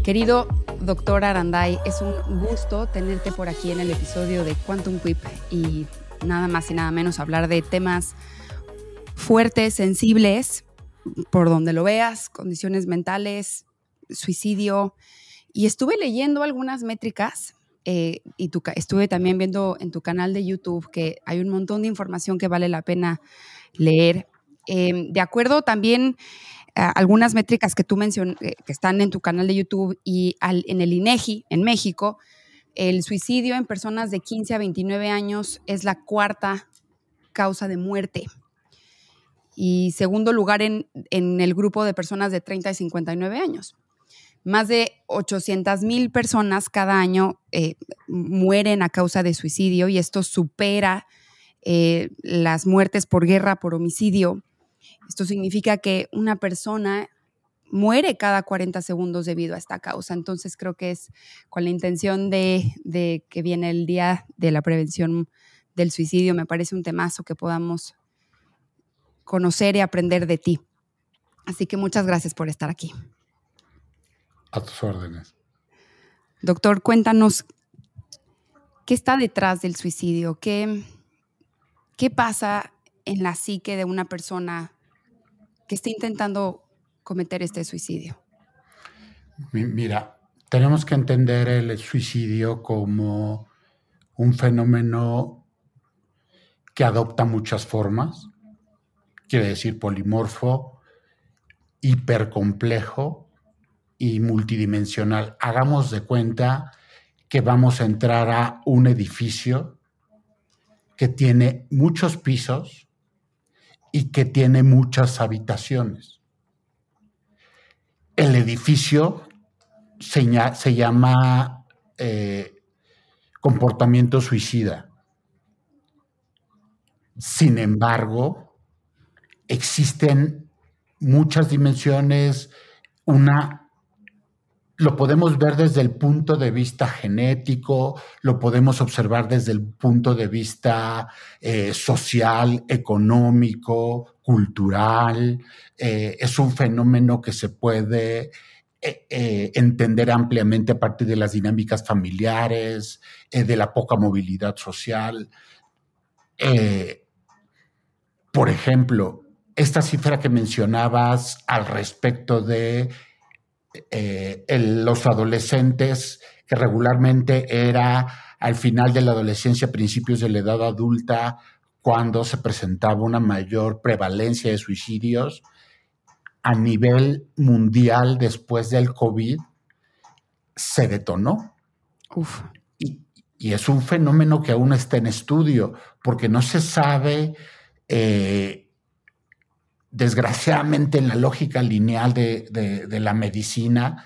Querido doctor Aranday, es un gusto tenerte por aquí en el episodio de Quantum Quip y nada más y nada menos hablar de temas fuertes, sensibles, por donde lo veas, condiciones mentales, suicidio. Y estuve leyendo algunas métricas y estuve también viendo en tu canal de YouTube que hay un montón de información que vale la pena leer. De acuerdo también algunas métricas que tú mencionaste, que están en tu canal de YouTube y en el INEGI, en México, el suicidio en personas de 15 a 29 años es la cuarta causa de muerte. Y segundo lugar en el grupo de personas de 30 a 59 años. Más de 800,000 personas cada año mueren a causa de suicidio y esto supera las muertes por guerra, por homicidio. Esto significa que una persona muere cada 40 segundos debido a esta causa. Entonces creo que es con la intención de que viene el Día de la Prevención del Suicidio. Me parece un temazo que podamos conocer y aprender de ti. Así que muchas gracias por estar aquí. A tus órdenes. Doctor, cuéntanos, ¿qué está detrás del suicidio? ¿Qué pasa en la psique de una persona que está intentando cometer este suicidio? Mira, tenemos que entender el suicidio como un fenómeno que adopta muchas formas, quiere decir polimorfo, hipercomplejo y multidimensional. Hagamos de cuenta que vamos a entrar a un edificio que tiene muchos pisos y que tiene muchas habitaciones. El edificio se llama comportamiento suicida. Sin embargo, existen muchas dimensiones. Lo podemos ver desde el punto de vista genético, lo podemos observar desde el punto de vista social, económico, cultural. Es un fenómeno que se puede entender ampliamente a partir de las dinámicas familiares, de la poca movilidad social. Por ejemplo, esta cifra que mencionabas al respecto de los adolescentes, que regularmente era al final de la adolescencia, principios de la edad adulta, cuando se presentaba una mayor prevalencia de suicidios, a nivel mundial después del COVID se detonó. Uf. Y es un fenómeno que aún está en estudio, porque no se sabe, desgraciadamente, en la lógica lineal de la medicina,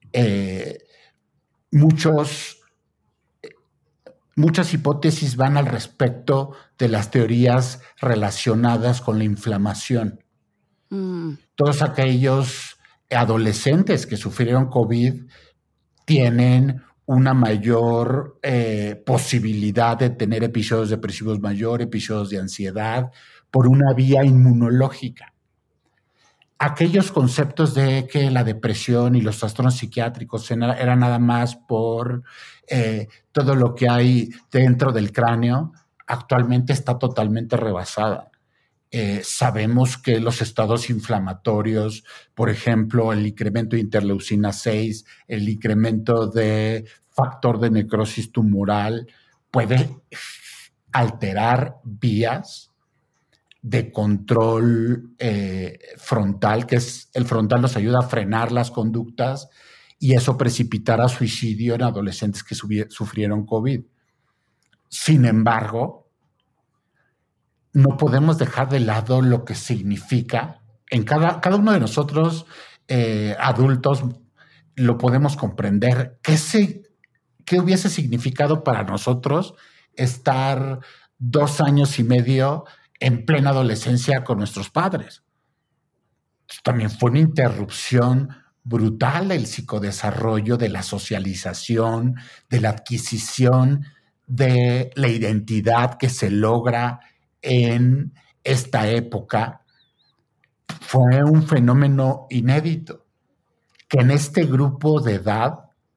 muchas hipótesis van al respecto de las teorías relacionadas con la inflamación. Todos aquellos adolescentes que sufrieron COVID tienen una mayor posibilidad de tener episodios depresivos mayor, episodios de ansiedad, por una vía inmunológica. Aquellos conceptos de que la depresión y los trastornos psiquiátricos eran nada más por todo lo que hay dentro del cráneo, actualmente está totalmente rebasada. Sabemos que los estados inflamatorios, por ejemplo, el incremento de interleucina 6, el incremento de factor de necrosis tumoral, puede alterar vías de control frontal, que es el frontal nos ayuda a frenar las conductas y eso precipitará suicidio en adolescentes que sufrieron COVID. Sin embargo, no podemos dejar de lado lo que significa. En cada uno de nosotros, adultos, lo podemos comprender. ¿Qué hubiese significado para nosotros estar 2 años y medio en plena adolescencia con nuestros padres? También fue una interrupción brutal del psicodesarrollo, de la socialización, de la adquisición de la identidad que se logra en esta época. Fue un fenómeno inédito que en este grupo de edad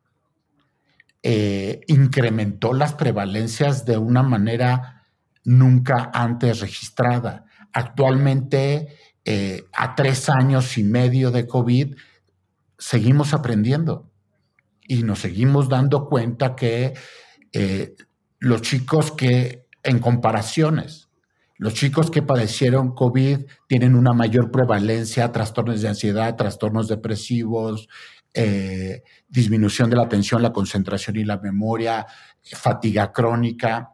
incrementó las prevalencias de una manera nunca antes registrada. Actualmente, a 3 años y medio de COVID, seguimos aprendiendo y nos seguimos dando cuenta que los chicos que, en comparaciones, los chicos que padecieron COVID tienen una mayor prevalencia, trastornos de ansiedad, trastornos depresivos, disminución de la atención, la concentración y la memoria, fatiga crónica.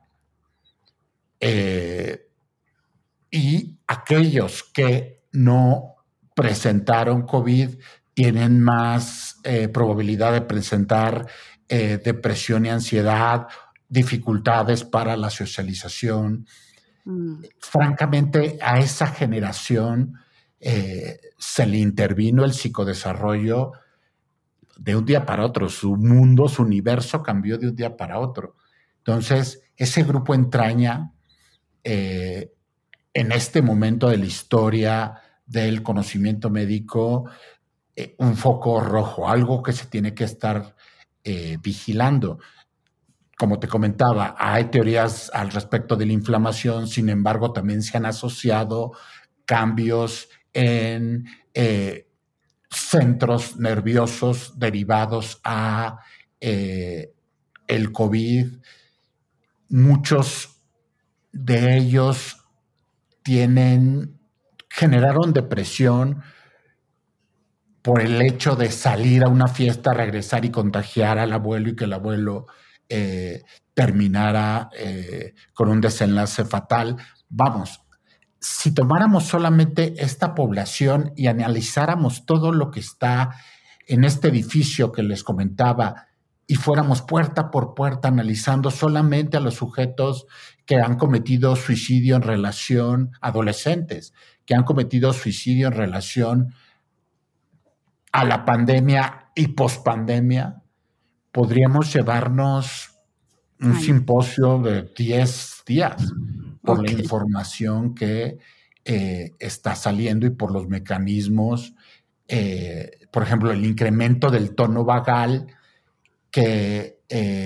Y aquellos que no presentaron COVID tienen más probabilidad de presentar depresión y ansiedad, dificultades para la socialización. Francamente, a esa generación se le intervino el psicodesarrollo de un día para otro. Su mundo, su universo cambió de un día para otro. Entonces, ese grupo entraña en este momento de la historia del conocimiento médico un foco rojo, algo que se tiene que estar vigilando. Como te comentaba, hay teorías al respecto de la inflamación, sin embargo, también se han asociado cambios en centros nerviosos derivados a el COVID. Muchos de ellos generaron depresión por el hecho de salir a una fiesta, regresar y contagiar al abuelo y que el abuelo terminara con un desenlace fatal. Vamos, si tomáramos solamente esta población y analizáramos todo lo que está en este edificio que les comentaba y fuéramos puerta por puerta analizando solamente a los sujetos que han cometido suicidio en relación, adolescentes, que han cometido suicidio en relación a la pandemia y pospandemia, podríamos llevarnos un simposio de 10 días por la información que está saliendo y por los mecanismos, por ejemplo, el incremento del tono vagal, que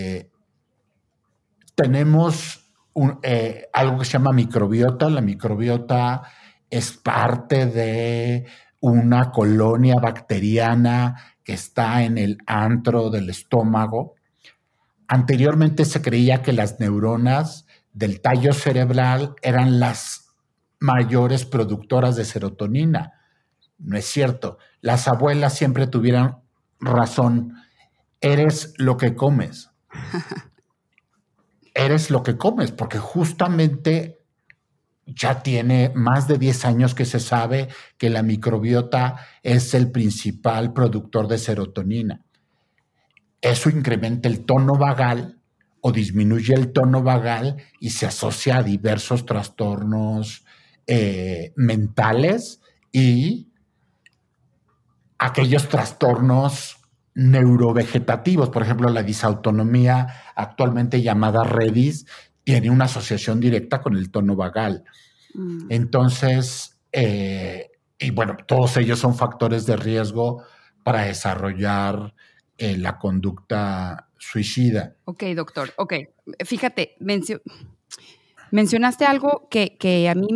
tenemos algo que se llama microbiota. La microbiota es parte de una colonia bacteriana que está en el antro del estómago. Anteriormente se creía que las neuronas del tallo cerebral eran las mayores productoras de serotonina. No es cierto. Las abuelas siempre tuvieran razón. Eres lo que comes. Eres lo que comes, porque justamente ya tiene más de 10 años que se sabe que la microbiota es el principal productor de serotonina. Eso incrementa el tono vagal o disminuye el tono vagal y se asocia a diversos trastornos mentales y aquellos trastornos neurovegetativos. Por ejemplo, la disautonomía, actualmente llamada REDIS, tiene una asociación directa con el tono vagal. Entonces, y bueno, todos ellos son factores de riesgo para desarrollar la conducta suicida. Ok, doctor. Ok, fíjate, mencionaste algo que a mí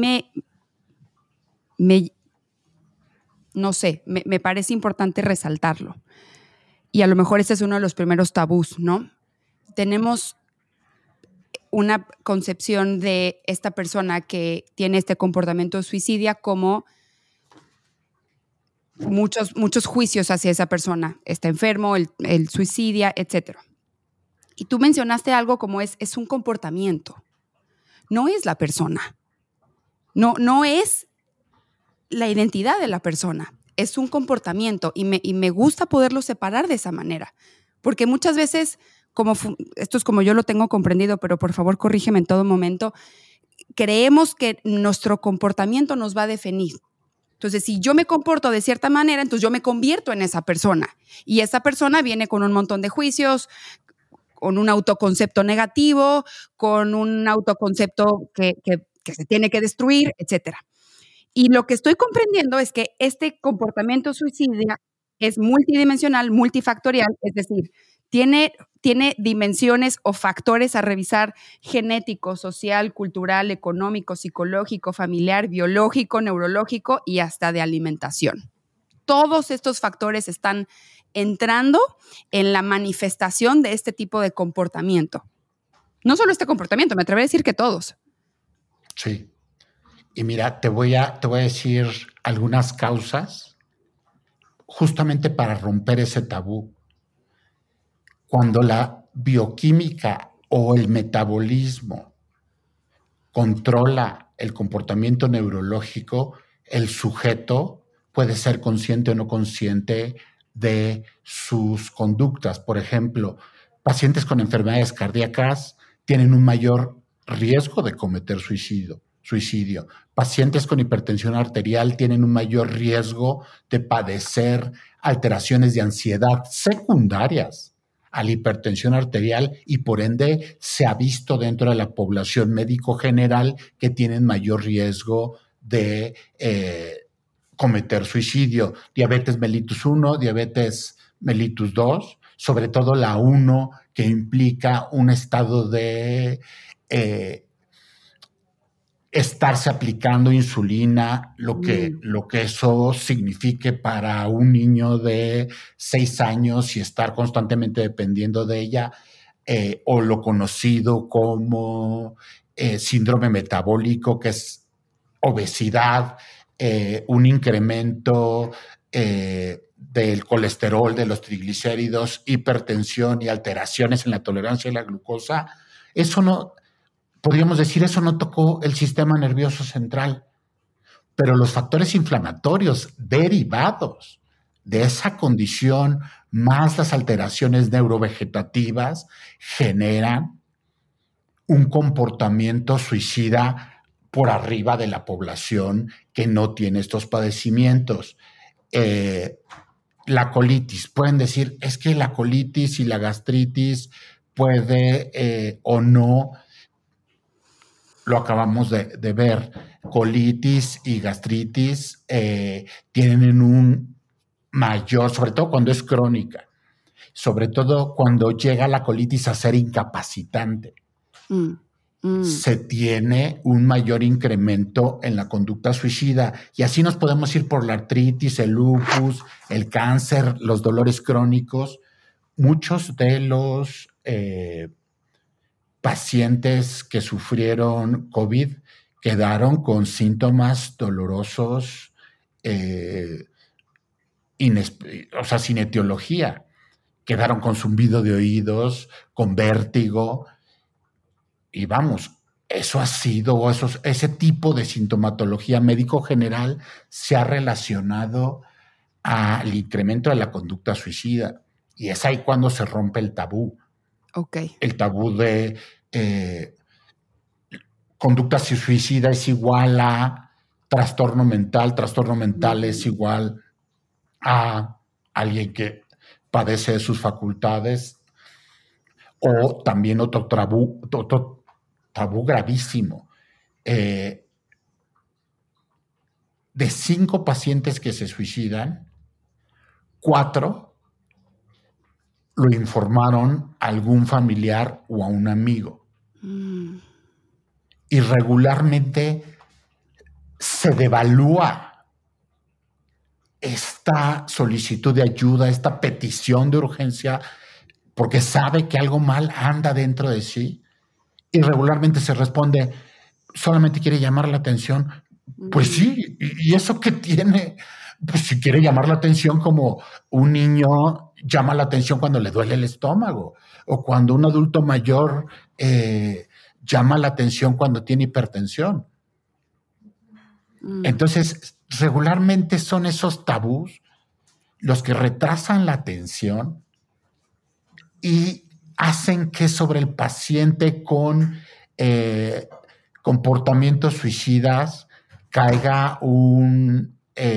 no sé, me parece importante resaltarlo. Y a lo mejor este es uno de los primeros tabús, ¿no? Tenemos una concepción de esta persona que tiene este comportamiento suicida como muchos juicios hacia esa persona. Está enfermo, el suicidia, etc. Y tú mencionaste algo como es un comportamiento. No es la persona. No es la identidad de la persona. Es un comportamiento y me gusta poderlo separar de esa manera. Porque muchas veces, esto es como yo lo tengo comprendido, pero por favor corrígeme en todo momento, creemos que nuestro comportamiento nos va a definir. Entonces, si yo me comporto de cierta manera, entonces yo me convierto en esa persona. Y esa persona viene con un montón de juicios, con un autoconcepto negativo, con un autoconcepto que se tiene que destruir, etc. Y lo que estoy comprendiendo es que este comportamiento suicida es multidimensional, multifactorial, es decir, tiene dimensiones o factores a revisar: genético, social, cultural, económico, psicológico, familiar, biológico, neurológico y hasta de alimentación. Todos estos factores están entrando en la manifestación de este tipo de comportamiento. No solo este comportamiento, me atrevo a decir que todos. Sí. Y mira, te voy a decir algunas causas justamente para romper ese tabú. Cuando la bioquímica o el metabolismo controla el comportamiento neurológico, el sujeto puede ser consciente o no consciente de sus conductas. Por ejemplo, pacientes con enfermedades cardíacas tienen un mayor riesgo de cometer suicidio. Pacientes con hipertensión arterial tienen un mayor riesgo de padecer alteraciones de ansiedad secundarias a la hipertensión arterial y por ende se ha visto dentro de la población médico general que tienen mayor riesgo de cometer suicidio. Diabetes mellitus 1, diabetes mellitus 2, sobre todo la 1 que implica un estado de estarse aplicando insulina, lo que eso signifique para un niño de 6 años y estar constantemente dependiendo de ella, o lo conocido como síndrome metabólico, que es obesidad, un incremento del colesterol, de los triglicéridos, hipertensión y alteraciones en la tolerancia a la glucosa. Eso no... Podríamos decir, eso no tocó el sistema nervioso central, pero los factores inflamatorios derivados de esa condición, más las alteraciones neurovegetativas, generan un comportamiento suicida por arriba de la población que no tiene estos padecimientos. La colitis, pueden decir, es que la colitis y la gastritis puede o no. Lo acabamos de ver, colitis y gastritis tienen un mayor, sobre todo cuando es crónica, sobre todo cuando llega la colitis a ser incapacitante, se tiene un mayor incremento en la conducta suicida. Y así nos podemos ir por la artritis, el lupus, el cáncer, los dolores crónicos. Muchos de los pacientes que sufrieron COVID quedaron con síntomas dolorosos, sin etiología. Quedaron con zumbido de oídos, con vértigo. Y vamos, eso ha sido, ese tipo de sintomatología médico general se ha relacionado al incremento de la conducta suicida. Y es ahí cuando se rompe el tabú. Okay. El tabú de conducta suicida es igual a trastorno mental es igual a alguien que padece de sus facultades, o también otro tabú gravísimo. De 5 pacientes que se suicidan, 4 lo informaron a algún familiar o a un amigo. Y regularmente se devalúa esta solicitud de ayuda, esta petición de urgencia, porque sabe que algo mal anda dentro de sí. Y regularmente se responde, solamente quiere llamar la atención. Pues sí, ¿y eso qué tiene? Pues si quiere llamar la atención, como un niño llama la atención cuando le duele el estómago, o cuando un adulto mayor llama la atención cuando tiene hipertensión. Entonces, regularmente son esos tabús los que retrasan la atención y hacen que sobre el paciente con comportamientos suicidas caiga un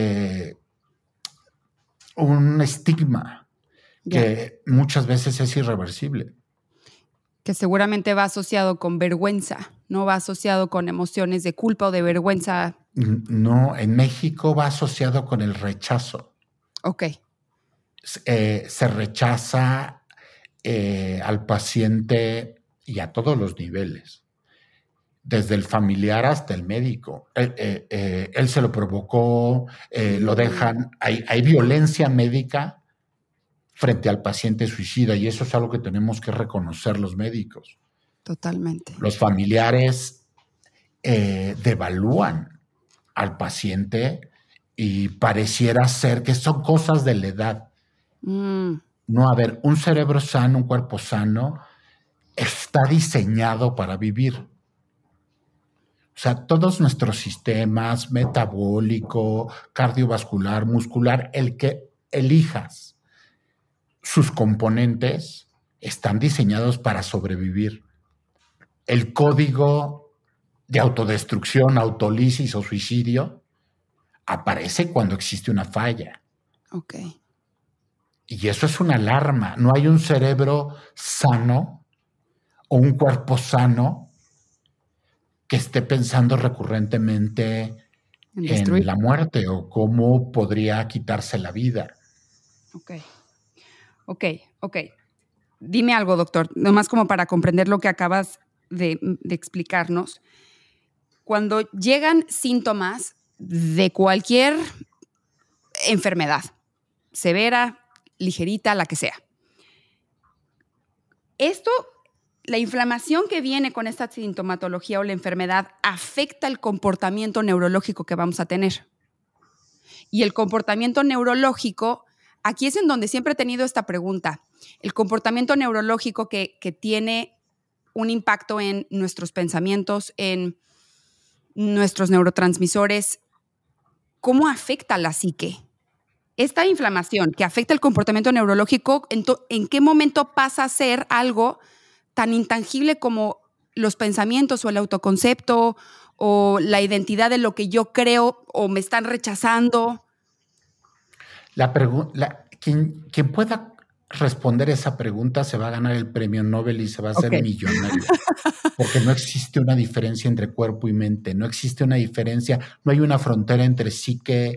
estigma que muchas veces es irreversible. Que seguramente va asociado con vergüenza, no va asociado con emociones de culpa o de vergüenza. No, en México va asociado con el rechazo. Ok. se rechaza al paciente y a todos los niveles, desde el familiar hasta el médico. Él se lo provocó, lo dejan. Hay violencia médica frente al paciente suicida, y eso es algo que tenemos que reconocer los médicos. Totalmente. Los familiares devalúan al paciente y pareciera ser que son cosas de la edad. No, a ver, un cerebro sano, un cuerpo sano, está diseñado para vivir. O sea, todos nuestros sistemas, metabólico, cardiovascular, muscular, el que elijas, sus componentes están diseñados para sobrevivir. El código de autodestrucción, autolisis o suicidio aparece cuando existe una falla. Ok. Y eso es una alarma. No hay un cerebro sano o un cuerpo sano que esté pensando recurrentemente en la muerte o cómo podría quitarse la vida. Ok. Dime algo, doctor, nomás como para comprender lo que acabas de explicarnos. Cuando llegan síntomas de cualquier enfermedad, severa, ligerita, la que sea, la inflamación que viene con esta sintomatología o la enfermedad afecta el comportamiento neurológico que vamos a tener. Y el comportamiento neurológico, aquí es en donde siempre he tenido esta pregunta. El comportamiento neurológico que tiene un impacto en nuestros pensamientos, en nuestros neurotransmisores, ¿cómo afecta la psique? Esta inflamación que afecta el comportamiento neurológico, ¿en qué momento pasa a ser algo tan intangible como los pensamientos o el autoconcepto o la identidad de lo que yo creo o me están rechazando? Quien pueda responder esa pregunta se va a ganar el premio Nobel y se va a hacer millonario. Porque no existe una diferencia entre cuerpo y mente, no existe una diferencia, no hay una frontera entre psique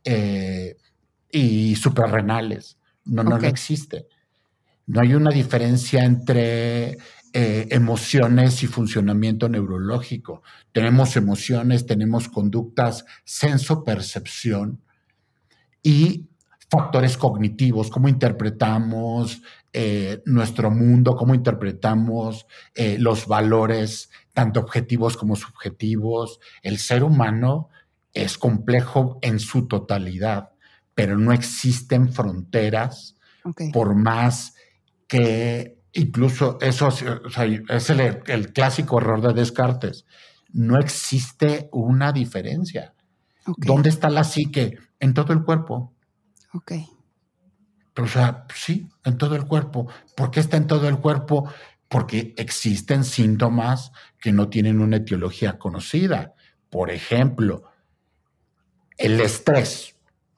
y suprarrenales. No existe. No hay una diferencia entre emociones y funcionamiento neurológico. Tenemos emociones, tenemos conductas, senso-percepción y factores cognitivos, cómo interpretamos nuestro mundo, cómo interpretamos los valores, tanto objetivos como subjetivos. El ser humano es complejo en su totalidad, pero no existen fronteras, por más que incluso eso, o sea, es el clásico error de Descartes. No existe una diferencia. ¿Dónde está la psique? En todo el cuerpo. Pero, o sea, sí, en todo el cuerpo. ¿Por qué está en todo el cuerpo? Porque existen síntomas que no tienen una etiología conocida. Por ejemplo, el estrés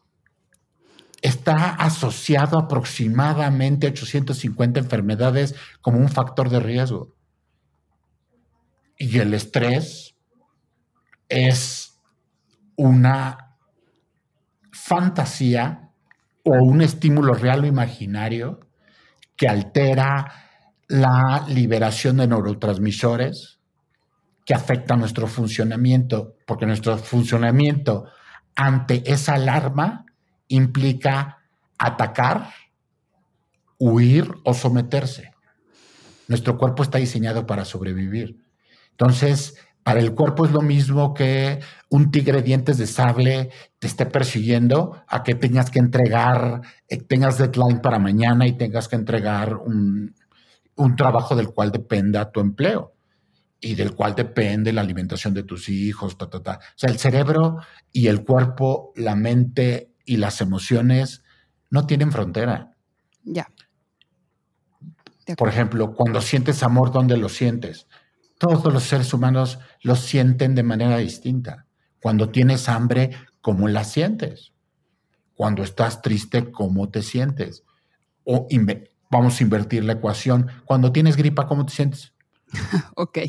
está asociado aproximadamente a 850 enfermedades como un factor de riesgo. Y el estrés es una fantasía o un estímulo real o imaginario que altera la liberación de neurotransmisores que afecta nuestro funcionamiento, porque nuestro funcionamiento ante esa alarma implica atacar, huir o someterse. Nuestro cuerpo está diseñado para sobrevivir. Entonces, para el cuerpo es lo mismo que un tigre de dientes de sable te esté persiguiendo a que tengas que entregar, tengas deadline para mañana y tengas que entregar un trabajo del cual dependa tu empleo y del cual depende la alimentación de tus hijos, O sea, el cerebro y el cuerpo, la mente y las emociones no tienen frontera. Ya. Por ejemplo, cuando sientes amor, ¿dónde lo sientes? Todos los seres humanos lo sienten de manera distinta. Cuando tienes hambre, ¿cómo la sientes? Cuando estás triste, ¿cómo te sientes? O vamos a invertir la ecuación. Cuando tienes gripa, ¿cómo te sientes? Ok.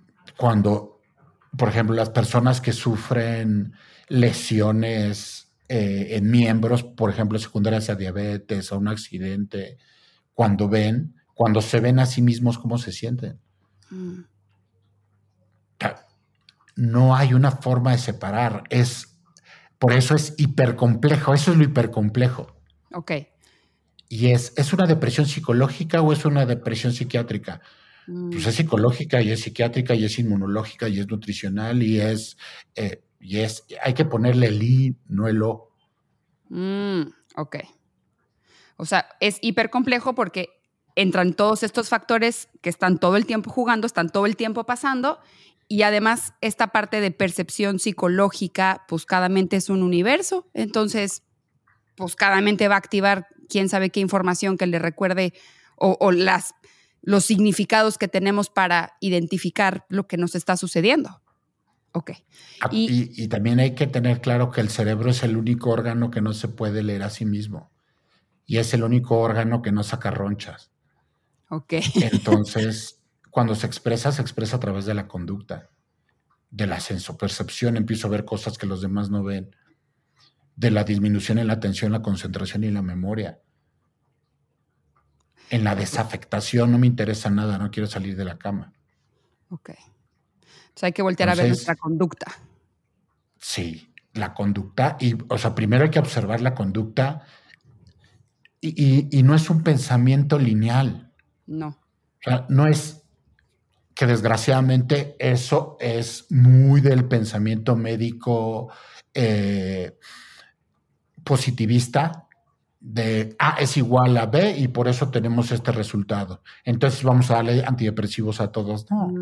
Cuando, por ejemplo, las personas que sufren lesiones en miembros, por ejemplo, secundarias a diabetes, a un accidente, cuando se ven a sí mismos, cómo se sienten. No hay una forma de separar. Por eso es hipercomplejo. Eso es lo hipercomplejo. Ok. Y ¿es una depresión psicológica o es una depresión psiquiátrica? Pues es psicológica y es psiquiátrica y es inmunológica y es nutricional y hay que ponerle el I, no el O. Ok. O sea, es hipercomplejo porque entran todos estos factores que están todo el tiempo jugando, están todo el tiempo pasando, y además esta parte de percepción psicológica, pues cada mente es un universo, entonces pues cada mente va a activar quién sabe qué información que le recuerde o los significados que tenemos para identificar lo que nos está sucediendo. Ok. Y también hay que tener claro que el cerebro es el único órgano que no se puede leer a sí mismo. Y es el único órgano que no saca ronchas. Ok. Entonces, cuando se expresa a través de la conducta, de la sensopercepción. Empiezo a ver cosas que los demás no ven. De la disminución en la atención, la concentración y la memoria. En la desafectación, no me interesa nada, no quiero salir de la cama. Ok. Entonces hay que voltear a ver nuestra conducta. Sí, la conducta. Primero hay que observar la conducta y no es un pensamiento lineal. No. O sea, no es que desgraciadamente eso es muy del pensamiento médico positivista, de A es igual a B y por eso tenemos este resultado. Entonces vamos a darle antidepresivos a todos. No.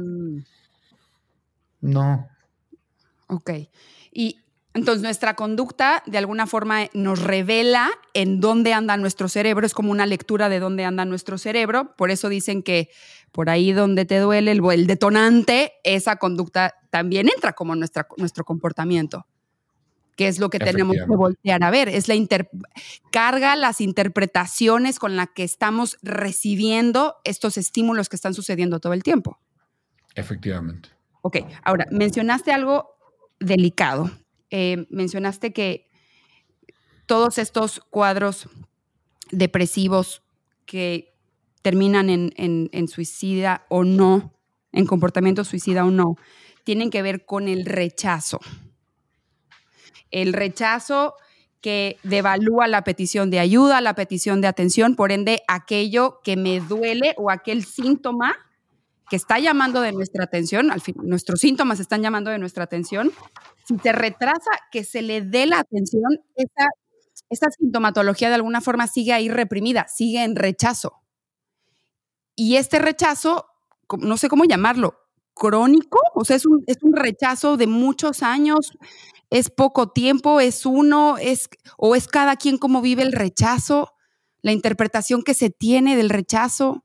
No. Ok. Y entonces nuestra conducta de alguna forma nos revela en dónde anda nuestro cerebro. Es como una lectura de dónde anda nuestro cerebro. Por eso dicen que por ahí donde te duele el detonante, esa conducta también entra como nuestro comportamiento. Que es lo que tenemos que voltear a ver. Es carga las interpretaciones con las que estamos recibiendo estos estímulos que están sucediendo todo el tiempo. Efectivamente. Ok, ahora, mencionaste algo delicado. Mencionaste que todos estos cuadros depresivos que terminan en suicida o no, en comportamiento suicida o no, tienen que ver con el rechazo. El rechazo que devalúa la petición de ayuda, la petición de atención, por ende, aquello que me duele o aquel síntoma que está llamando de nuestra atención, al fin, nuestros síntomas están llamando de nuestra atención, si se retrasa que se le dé la atención, esa sintomatología de alguna forma sigue ahí reprimida, sigue en rechazo. Y este rechazo, no sé cómo llamarlo, crónico, o sea, es un rechazo de muchos años, es poco tiempo, es cada quien cómo vive el rechazo, la interpretación que se tiene del rechazo.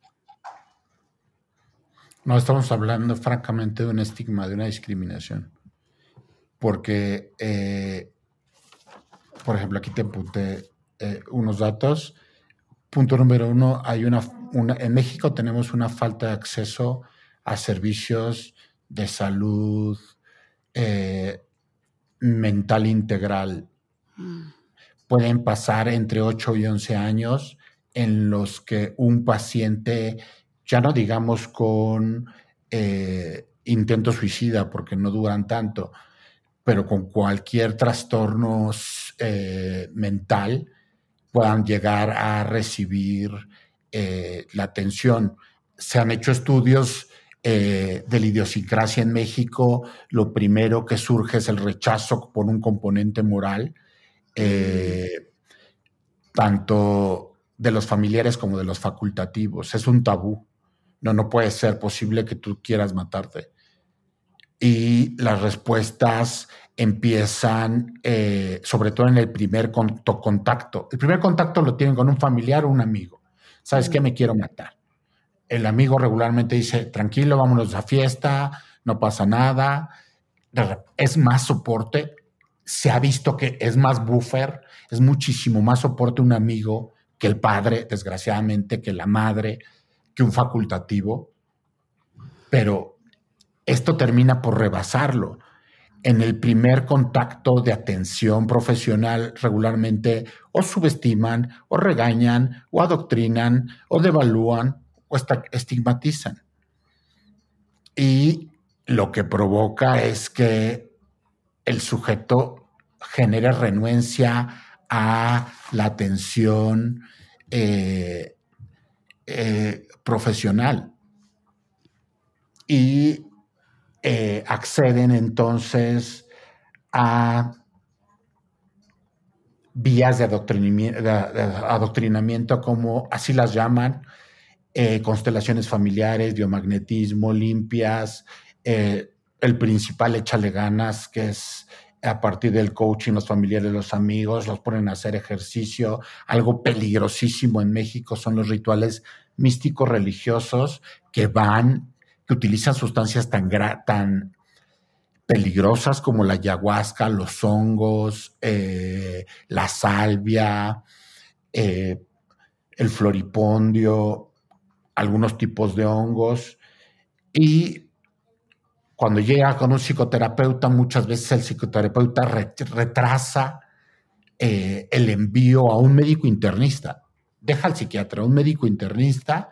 No, estamos hablando francamente de un estigma, de una discriminación. Porque, por ejemplo, aquí te apunté unos datos. Punto número 1, en México tenemos una falta de acceso a servicios de salud mental integral. Pueden pasar entre 8 y 11 años en los que un paciente, ya no digamos con intento suicida, porque no duran tanto, pero con cualquier trastorno mental, puedan llegar a recibir la atención. Se han hecho estudios de la idiosincrasia en México. Lo primero que surge es el rechazo por un componente moral, tanto de los familiares como de los facultativos. Es un tabú. No puede ser posible que tú quieras matarte. Y las respuestas empiezan, sobre todo en el primer contacto. El primer contacto lo tienen con un familiar o un amigo. ¿Sabes qué? Me quiero matar. El amigo regularmente dice, tranquilo, vámonos a fiesta, no pasa nada. Es más soporte. Se ha visto que es más buffer, es muchísimo más soporte un amigo que el padre, desgraciadamente, que la madre, que un facultativo. Pero esto termina por rebasarlo. en el primer contacto de atención profesional regularmente o subestiman, o regañan, o adoctrinan, o devalúan, o estigmatizan. Y lo que provoca es que el sujeto genere renuencia a la atención profesional. Y acceden entonces a vías de adoctrinamiento, como así las llaman, constelaciones familiares, biomagnetismo, limpias, el principal échale ganas, que es a partir del coaching, los familiares, los amigos, los ponen a hacer ejercicio. Algo peligrosísimo en México son los rituales místicos religiosos que utilizan sustancias tan peligrosas como la ayahuasca, los hongos, la salvia, el floripondio, algunos tipos de hongos. Y cuando llega con un psicoterapeuta, muchas veces el psicoterapeuta retrasa el envío a un médico internista. Deja al psiquiatra, un médico internista,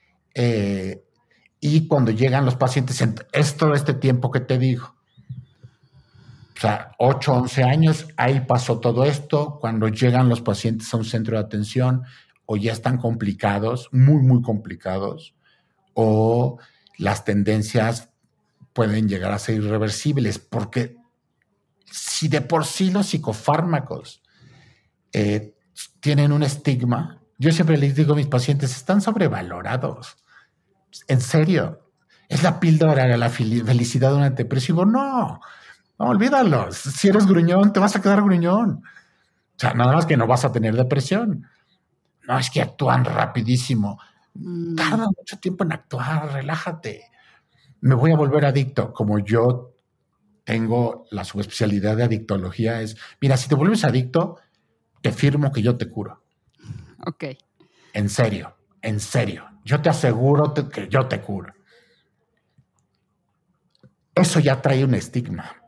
y cuando llegan los pacientes, es todo este tiempo que te digo. O sea, 8, 11 años, ahí pasó todo esto. Cuando llegan los pacientes a un centro de atención, o ya están complicados, muy, muy complicados, o las tendencias pueden llegar a ser irreversibles, porque si de por sí los psicofármacos tienen un estigma, yo siempre les digo a mis pacientes, están sobrevalorados. En serio, es la píldora de la felicidad de un antidepresivo. No, olvídalo. Si eres gruñón, te vas a quedar gruñón. O sea, nada más que no vas a tener depresión. No, es que actúan rapidísimo. Tarda mucho tiempo en actuar, relájate. Me voy a volver adicto. Como yo tengo la subespecialidad de adictología, mira, si te vuelves adicto, te firmo que yo te curo. Ok. En serio. Yo te aseguro que yo te curo. Eso ya trae un estigma.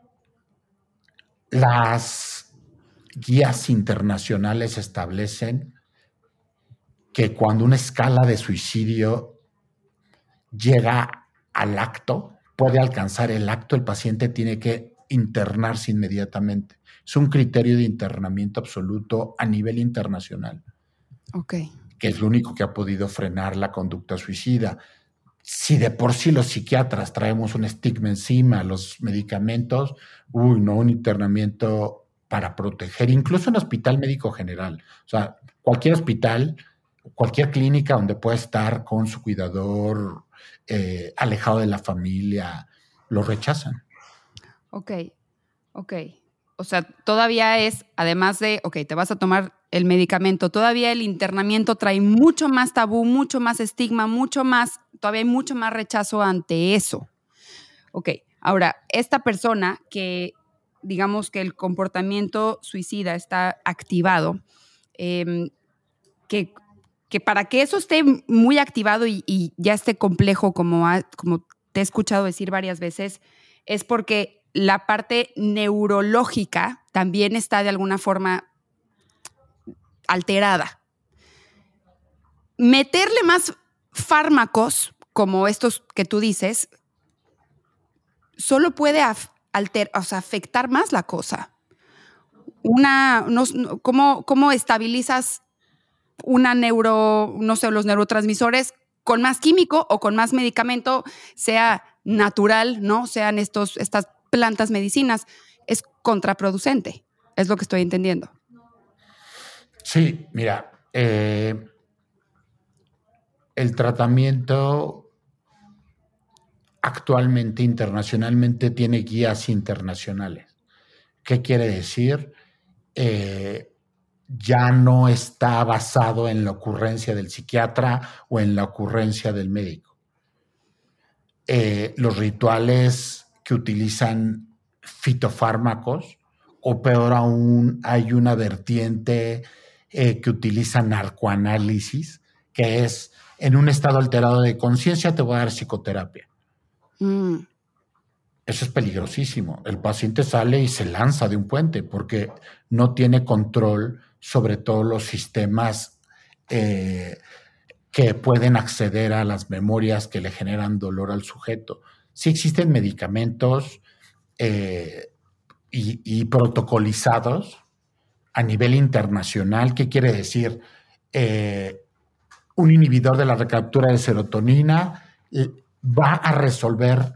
Las guías internacionales establecen que cuando una escala de suicidio llega al acto, puede alcanzar el acto, el paciente tiene que internarse inmediatamente. Es un criterio de internamiento absoluto a nivel internacional. Ok. Que es lo único que ha podido frenar la conducta suicida. Si de por sí los psiquiatras traemos un estigma encima, los medicamentos, un internamiento para proteger, incluso en hospital médico general. O sea, cualquier hospital, cualquier clínica donde pueda estar con su cuidador, alejado de la familia, lo rechazan. Ok. O sea, todavía es, además de, te vas a tomar el medicamento, todavía el internamiento trae mucho más tabú, mucho más estigma, todavía hay mucho más rechazo ante eso. Ok, ahora, esta persona que, digamos que el comportamiento suicida está activado, que para que eso esté muy activado y ya esté complejo, como te he escuchado decir varias veces, es porque la parte neurológica también está de alguna forma alterada. Meterle más fármacos, como estos que tú dices, solo puede afectar más la cosa. ¿Cómo estabilizas los neurotransmisores con más químico o con más medicamento, sea natural, ¿no? Sean estas plantas medicinas? Es contraproducente, es lo que estoy entendiendo. Sí, mira, el tratamiento actualmente internacionalmente tiene guías internacionales. ¿Qué quiere decir? Ya no está basado en la ocurrencia del psiquiatra o en la ocurrencia del médico. Los rituales que utilizan fitofármacos, o peor aún, hay una vertiente que utiliza narcoanálisis, que es en un estado alterado de conciencia te voy a dar psicoterapia. Eso es peligrosísimo. El paciente sale y se lanza de un puente porque no tiene control sobre todos los sistemas que pueden acceder a las memorias que le generan dolor al sujeto. Sí existen medicamentos y protocolizados a nivel internacional. ¿Qué quiere decir? Un inhibidor de la recaptura de serotonina va a resolver,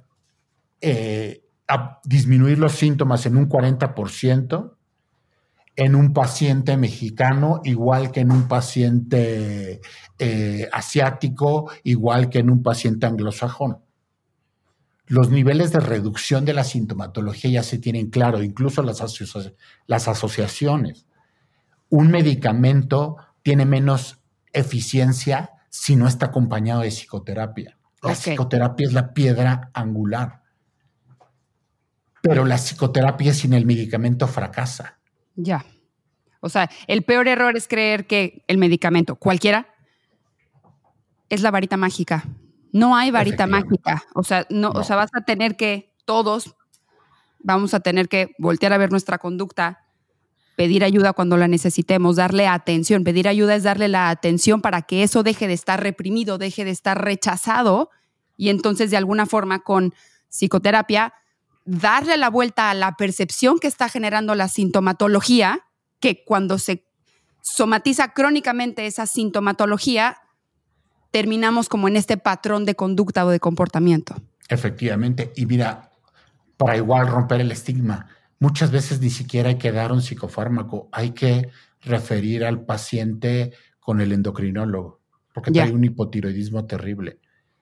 a disminuir los síntomas en un 40% en un paciente mexicano, igual que en un paciente asiático, igual que en un paciente anglosajón. Los niveles de reducción de la sintomatología ya se tienen claro, incluso las asociaciones. Un medicamento tiene menos eficiencia si no está acompañado de psicoterapia. La psicoterapia es la piedra angular. Pero la psicoterapia sin el medicamento fracasa. Ya. O sea, el peor error es creer que el medicamento, cualquiera, es la varita mágica. No hay varita mágica. O sea, no. O sea, vas a tener que, todos vamos a tener que voltear a ver nuestra conducta, pedir ayuda cuando la necesitemos, darle atención. Pedir ayuda es darle la atención para que eso deje de estar reprimido, deje de estar rechazado, y entonces de alguna forma con psicoterapia darle la vuelta a la percepción que está generando la sintomatología, que cuando se somatiza crónicamente esa sintomatología, terminamos como en este patrón de conducta o de comportamiento. Efectivamente. Y mira, para igual romper el estigma, muchas veces ni siquiera hay que dar un psicofármaco, hay que referir al paciente con el endocrinólogo, porque trae un hipotiroidismo terrible.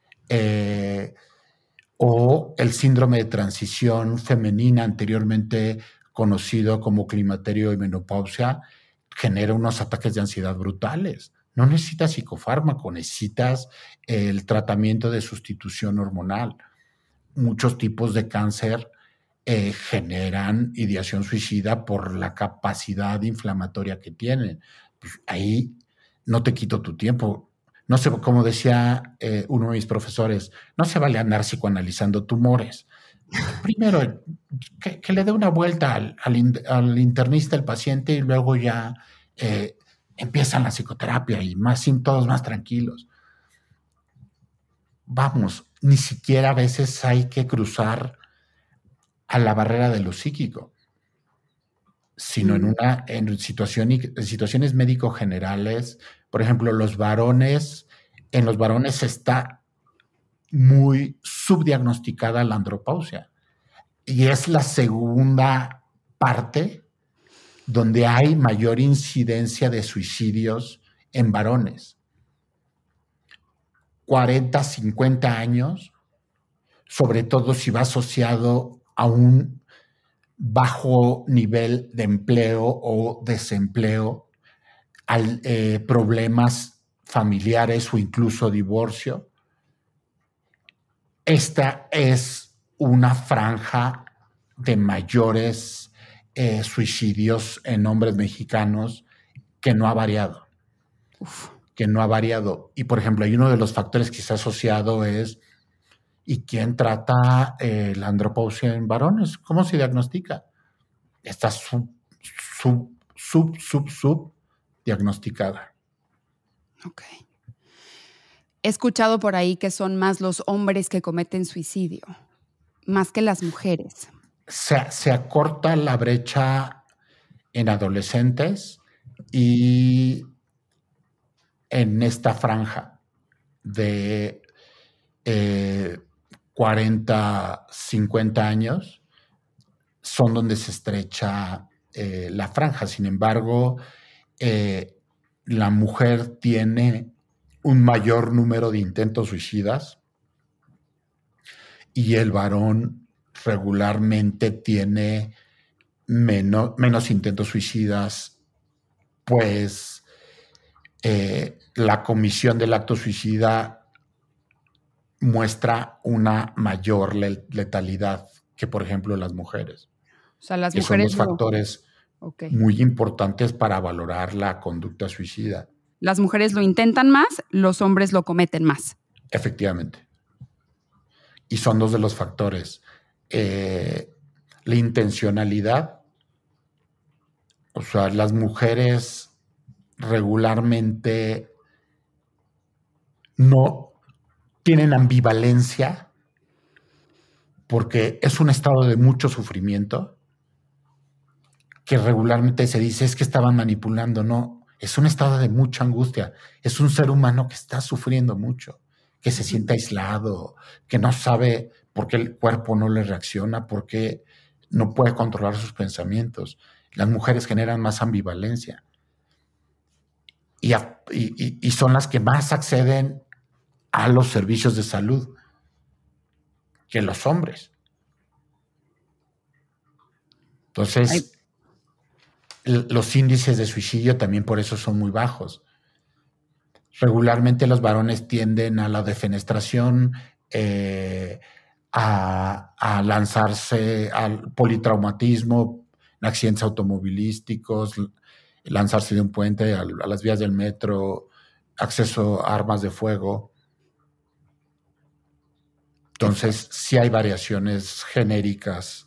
O el síndrome de transición femenina, anteriormente conocido como climaterio y menopausia, genera unos ataques de ansiedad brutales. No necesitas psicofármaco, necesitas el tratamiento de sustitución hormonal. Muchos tipos de cáncer generan ideación suicida por la capacidad inflamatoria que tienen. Pues ahí no te quito tu tiempo. No sé, como decía uno de mis profesores, no se vale andar psicoanalizando tumores. Primero, que le dé una vuelta al internista, el paciente, y luego ya empiezan la psicoterapia y todos más tranquilos. Vamos, ni siquiera a veces hay que cruzar a la barrera de lo psíquico, sino en situaciones médico-generales. Por ejemplo, en los varones está muy subdiagnosticada la andropausia, y es la segunda parte donde hay mayor incidencia de suicidios en varones. 40, 50 años, sobre todo si va asociado a un bajo nivel de empleo o desempleo, problemas familiares o incluso divorcio. Esta es una franja de mayores suicidios en hombres mexicanos que no ha variado. Y, por ejemplo, hay uno de los factores que está asociado es, ¿y quién trata la andropausia en varones? ¿Cómo se diagnostica? Está sub diagnosticada. Ok. He escuchado por ahí que son más los hombres que cometen suicidio, más que las mujeres. Se acorta la brecha en adolescentes y en esta franja de 40, 50 años son donde se estrecha la franja. Sin embargo, la mujer tiene un mayor número de intentos suicidas y el varón regularmente tiene menos intentos suicidas, pues la comisión del acto suicida muestra una mayor letalidad que, por ejemplo, las mujeres. O sea, las mujeres son los factores muy importantes para valorar la conducta suicida. Las mujeres lo intentan más, los hombres lo cometen más. Efectivamente. Y son dos de los factores. la intencionalidad. O sea, las mujeres regularmente no tienen ambivalencia porque es un estado de mucho sufrimiento que regularmente se dice es que estaban manipulando. No, es un estado de mucha angustia. Es un ser humano que está sufriendo mucho, que se siente aislado, que no sabe por qué el cuerpo no le reacciona, por qué no puede controlar sus pensamientos. Las mujeres generan más ambivalencia y son las que más acceden a los servicios de salud que los hombres. Entonces, los índices de suicidio también por eso son muy bajos. Regularmente los varones tienden a la defenestración, a lanzarse al politraumatismo, accidentes automovilísticos, lanzarse de un puente a las vías del metro, acceso a armas de fuego. Entonces, sí hay variaciones genéricas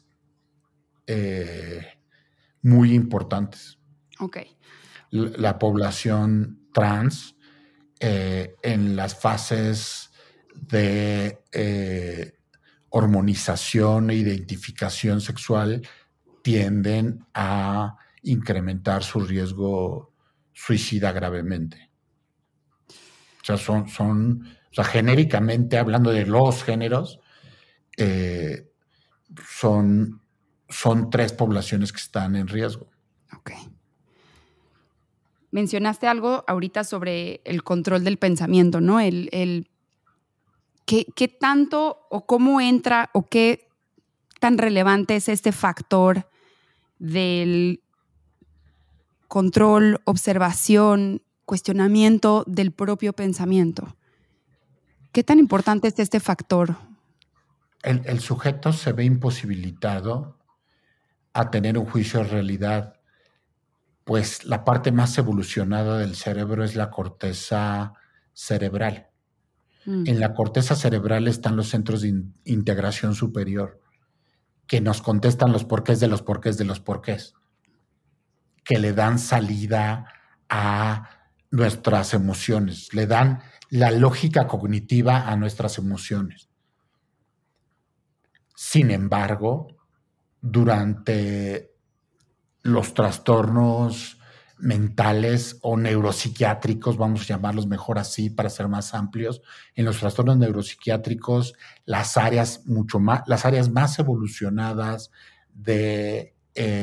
muy importantes. Ok. La población trans en las fases de hormonización e identificación sexual tienden a incrementar su riesgo suicida gravemente. O sea, o sea, genéricamente, hablando de los géneros, son 3 poblaciones que están en riesgo. Ok. Mencionaste algo ahorita sobre el control del pensamiento, ¿no? ¿Qué tanto o cómo entra o qué tan relevante es este factor del control, observación, cuestionamiento del propio pensamiento? ¿Qué tan importante es este factor? El sujeto se ve imposibilitado a tener un juicio de realidad, pues la parte más evolucionada del cerebro es la corteza cerebral. En la corteza cerebral están los centros de integración superior, que nos contestan los porqués de los porqués de los porqués, que le dan salida a nuestras emociones, le dan la lógica cognitiva a nuestras emociones. Sin embargo, durante los trastornos mentales o neuropsiquiátricos, vamos a llamarlos mejor así para ser más amplios, en los trastornos neuropsiquiátricos, las áreas más evolucionadas de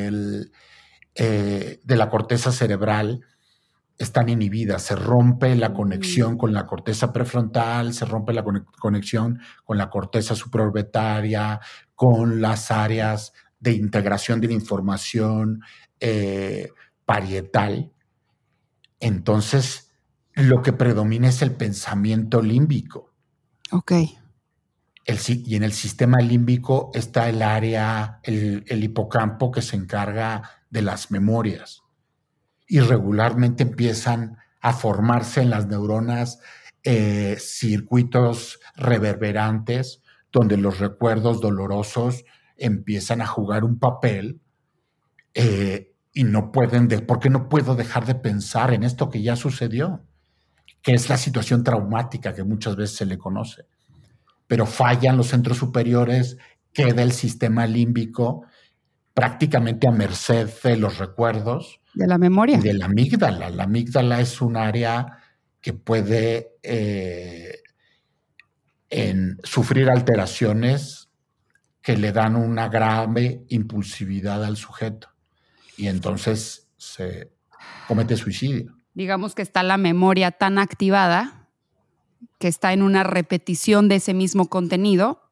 la corteza cerebral están inhibidas, se rompe la conexión con la corteza prefrontal, se rompe la conexión con la corteza supraorbitaria, con las áreas de integración de la información parietal. Entonces, lo que predomina es el pensamiento límbico. Ok. Y en el sistema límbico está el área, el hipocampo que se encarga de las memorias. Y regularmente empiezan a formarse en las neuronas circuitos reverberantes donde los recuerdos dolorosos empiezan a jugar un papel y no pueden, porque no puedo dejar de pensar en esto que ya sucedió, que es la situación traumática que muchas veces se le conoce. Pero fallan los centros superiores, queda el sistema límbico prácticamente a merced de los recuerdos. De la memoria. Y de la amígdala. La amígdala es un área que puede sufrir alteraciones que le dan una grave impulsividad al sujeto. Y entonces se comete suicidio. Digamos que está la memoria tan activada que está en una repetición de ese mismo contenido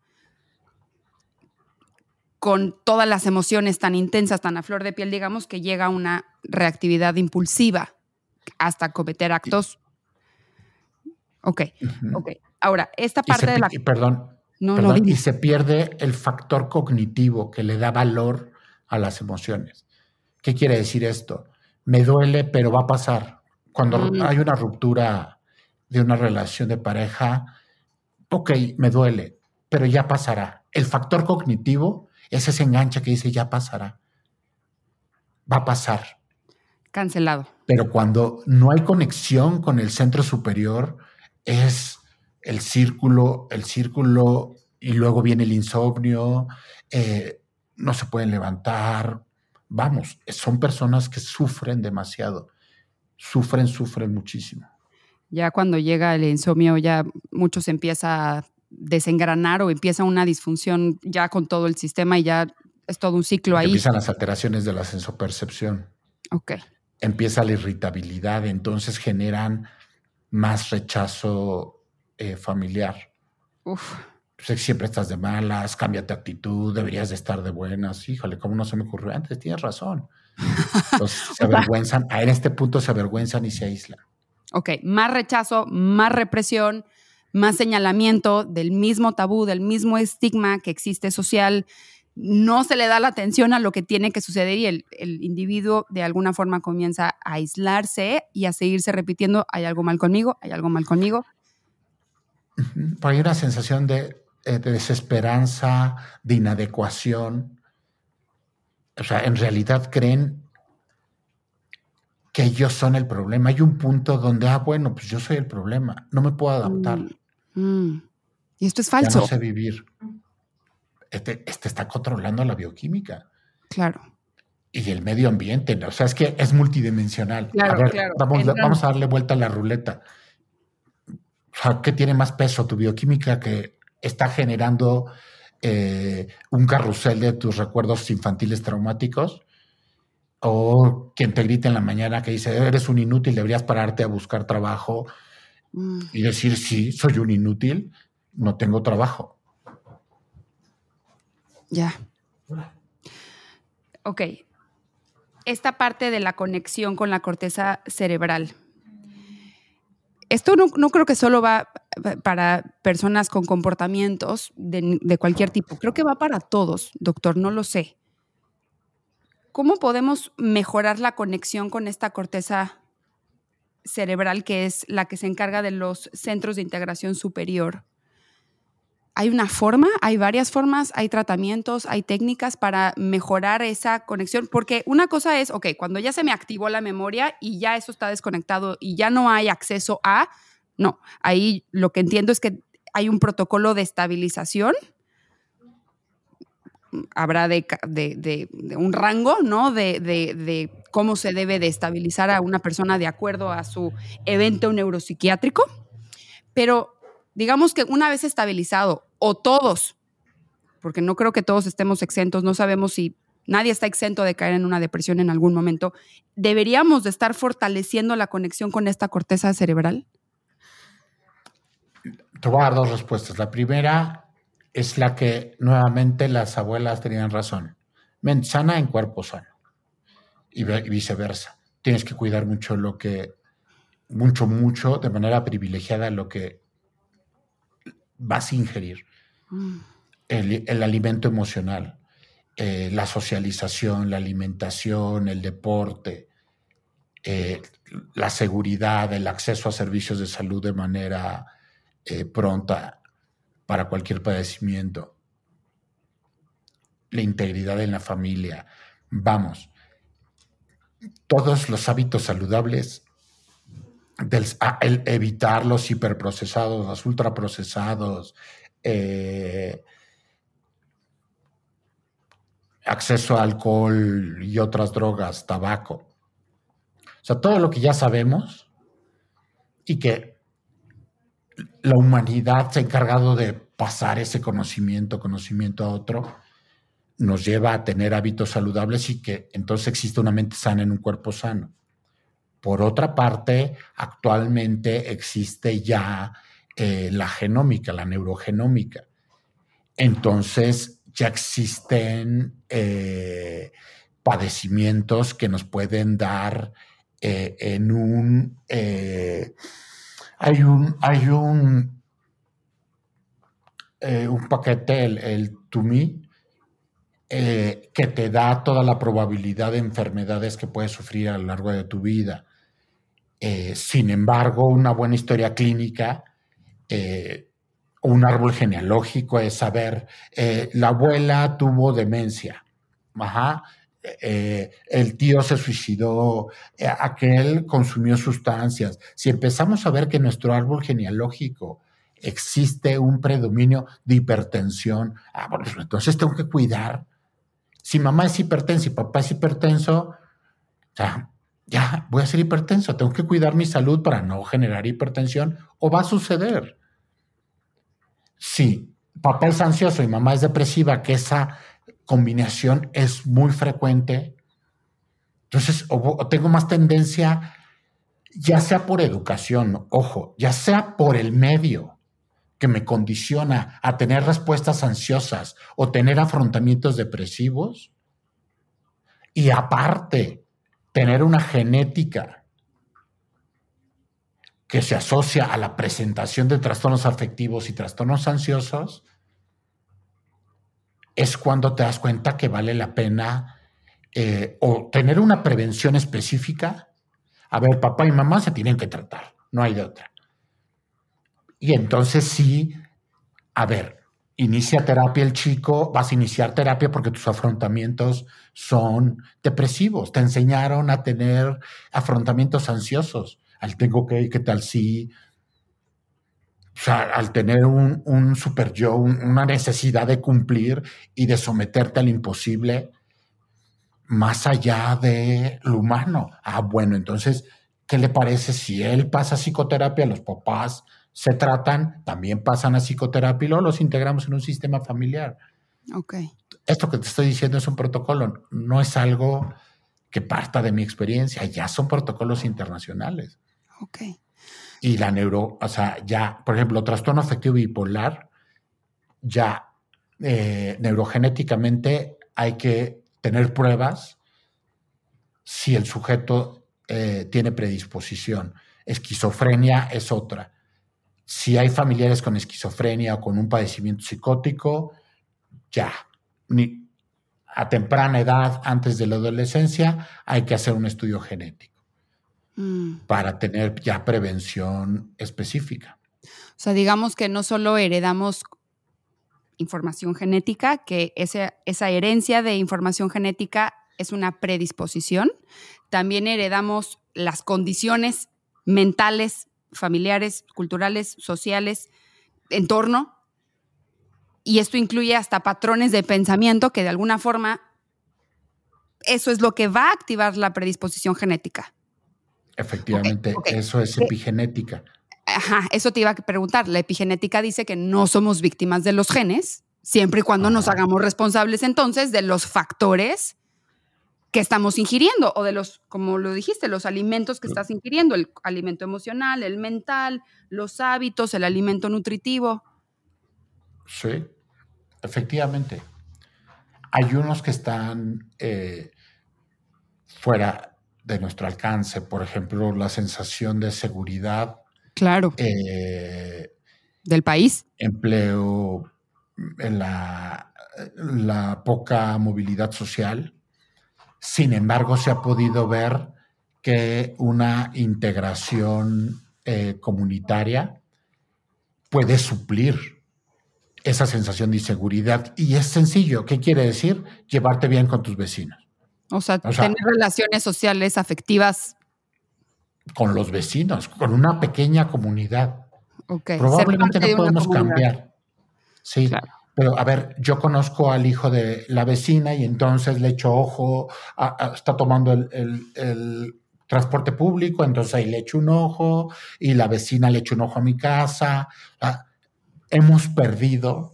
con todas las emociones tan intensas, tan a flor de piel, digamos, que llega a una reactividad impulsiva hasta cometer actos. Ok, ok. Ahora, esta parte de la... Perdón, y se pierde el factor cognitivo que le da valor a las emociones. ¿Qué quiere decir esto? Me duele, pero va a pasar. Cuando hay una ruptura de una relación de pareja, ok, me duele, pero ya pasará. El factor cognitivo es ese enganche que dice ya pasará. Va a pasar. Cancelado. Pero cuando no hay conexión con el centro superior, es el círculo, y luego viene el insomnio, no se pueden levantar. Vamos, son personas que sufren demasiado. Sufren muchísimo. Ya cuando llega el insomnio, ya mucho se empieza a desengranar o empieza una disfunción ya con todo el sistema y ya es todo un ciclo ahí. Empiezan las alteraciones de la sensopercepción. Ok. Empieza la irritabilidad, entonces generan más rechazo familiar. Uf. Pues siempre estás de malas, cambia tu actitud, deberías de estar de buenas. Híjole, ¿cómo no se me ocurrió antes? Tienes razón. Entonces se avergüenzan, en este punto se avergüenzan y se aíslan. Ok, más rechazo, más represión, más señalamiento del mismo tabú, del mismo estigma que existe social. No se le da la atención a lo que tiene que suceder y el individuo de alguna forma comienza a aislarse y a seguirse repitiendo, hay algo mal conmigo, hay algo mal conmigo. Pero hay una sensación de desesperanza, de inadecuación. O sea, en realidad creen que ellos son el problema. Hay un punto donde, bueno, pues yo soy el problema, no me puedo adaptar. Y esto es falso. Ya no sé vivir. Este está controlando la bioquímica. Claro. Y el medio ambiente, ¿no? O sea, es que es multidimensional. Claro, a ver, claro. Vamos a darle vuelta a la ruleta. O sea, ¿qué tiene más peso? Tu bioquímica que está generando un carrusel de tus recuerdos infantiles traumáticos, o quien te grita en la mañana que dice, eres un inútil, deberías pararte a buscar trabajo y decir, sí, soy un inútil, no tengo trabajo. Ya. Ok. Esta parte de la conexión con la corteza cerebral. Esto no creo que solo va para personas con comportamientos de cualquier tipo. Creo que va para todos, doctor, no lo sé. ¿Cómo podemos mejorar la conexión con esta corteza cerebral que es la que se encarga de los centros de integración superior? ¿Hay una forma? ¿Hay varias formas? ¿Hay tratamientos? ¿Hay técnicas para mejorar esa conexión? Porque una cosa es, ok, cuando ya se me activó la memoria y ya eso está desconectado y ya no hay acceso a... No, ahí lo que entiendo es que hay un protocolo de estabilización. Habrá de un rango, ¿no? De cómo se debe de estabilizar a una persona de acuerdo a su evento neuropsiquiátrico. Pero digamos que una vez estabilizado, o todos, porque no creo que todos estemos exentos, no sabemos si nadie está exento de caer en una depresión en algún momento, ¿deberíamos de estar fortaleciendo la conexión con esta corteza cerebral? Te voy a dar dos respuestas. La primera es la que nuevamente las abuelas tenían razón. Mente sana en cuerpo sano. Y viceversa. Tienes que cuidar mucho mucho, de manera privilegiada lo que vas a ingerir. El alimento emocional, la socialización, la alimentación, el deporte, la seguridad, el acceso a servicios de salud de manera pronta para cualquier padecimiento, la integridad en la familia. Vamos, todos los hábitos saludables, el evitar los hiperprocesados, los ultraprocesados, acceso a alcohol y otras drogas, tabaco. O sea, todo lo que ya sabemos y que la humanidad se ha encargado de pasar ese conocimiento a otro, nos lleva a tener hábitos saludables y que entonces existe una mente sana en un cuerpo sano. Por otra parte, actualmente existe ya la genómica, la neurogenómica. Entonces ya existen padecimientos que nos pueden dar en un... hay un paquete, el TUMI, que te da toda la probabilidad de enfermedades que puedes sufrir a lo largo de tu vida. Sin embargo, una buena historia clínica Un árbol genealógico es saber, la abuela tuvo demencia, ajá, el tío se suicidó, aquel consumió sustancias. Si empezamos a ver que en nuestro árbol genealógico existe un predominio de hipertensión, bueno, entonces tengo que cuidar. Si mamá es hipertensa y papá es hipertenso, ya voy a ser hipertenso, tengo que cuidar mi salud para no generar hipertensión o va a suceder. Si papá es ansioso y mamá es depresiva, que esa combinación es muy frecuente, entonces o tengo más tendencia, ya sea por educación, ojo, ya sea por el medio que me condiciona a tener respuestas ansiosas o tener afrontamientos depresivos, y aparte tener una genética que se asocia a la presentación de trastornos afectivos y trastornos ansiosos, es cuando te das cuenta que vale la pena o tener una prevención específica. A ver, papá y mamá se tienen que tratar, no hay de otra. Y entonces sí, a ver, inicia terapia el chico, vas a iniciar terapia porque tus afrontamientos son depresivos, te enseñaron a tener afrontamientos ansiosos, al tengo que, ¿qué tal si? O sea, al tener un super yo, una necesidad de cumplir y de someterte al imposible, más allá de lo humano. Bueno, entonces, ¿qué le parece si él pasa a psicoterapia, los papás se tratan, también pasan a psicoterapia y luego los integramos en un sistema familiar? Ok. Esto que te estoy diciendo es un protocolo, no es algo que parta de mi experiencia, ya son protocolos internacionales. Ok. Y la o sea, ya, por ejemplo, trastorno afectivo bipolar, ya neurogenéticamente hay que tener pruebas si el sujeto tiene predisposición. Esquizofrenia es otra. Si hay familiares con esquizofrenia o con un padecimiento psicótico, ya, a temprana edad, antes de la adolescencia, hay que hacer un estudio genético para tener ya prevención específica. O sea, digamos que no solo heredamos información genética, que esa herencia de información genética es una predisposición, también heredamos las condiciones mentales, familiares, culturales, sociales, entorno, y esto incluye hasta patrones de pensamiento que de alguna forma eso es lo que va a activar la predisposición genética. Efectivamente, okay. Eso es epigenética. Ajá, eso te iba a preguntar. La epigenética dice que no somos víctimas de los genes, siempre y cuando nos hagamos responsables entonces de los factores que estamos ingiriendo o de los, como lo dijiste, los alimentos que estás ingiriendo, el alimento emocional, el mental, los hábitos, el alimento nutritivo. Sí, efectivamente. Hay unos que están fuera de nuestro alcance, por ejemplo, la sensación de seguridad. Claro. Del país. Empleo, la poca movilidad social. Sin embargo, se ha podido ver que una integración comunitaria puede suplir esa sensación de inseguridad. Y es sencillo. ¿Qué quiere decir? Llevarte bien con tus vecinos. O sea, tener relaciones sociales, afectivas. Con los vecinos, con una pequeña comunidad. Okay. Probablemente no podemos cambiar. Sí, claro. Pero a ver, yo conozco al hijo de la vecina y entonces le echo ojo, está tomando el transporte público, entonces ahí le echo un ojo y la vecina le echo un ojo a mi casa. Hemos perdido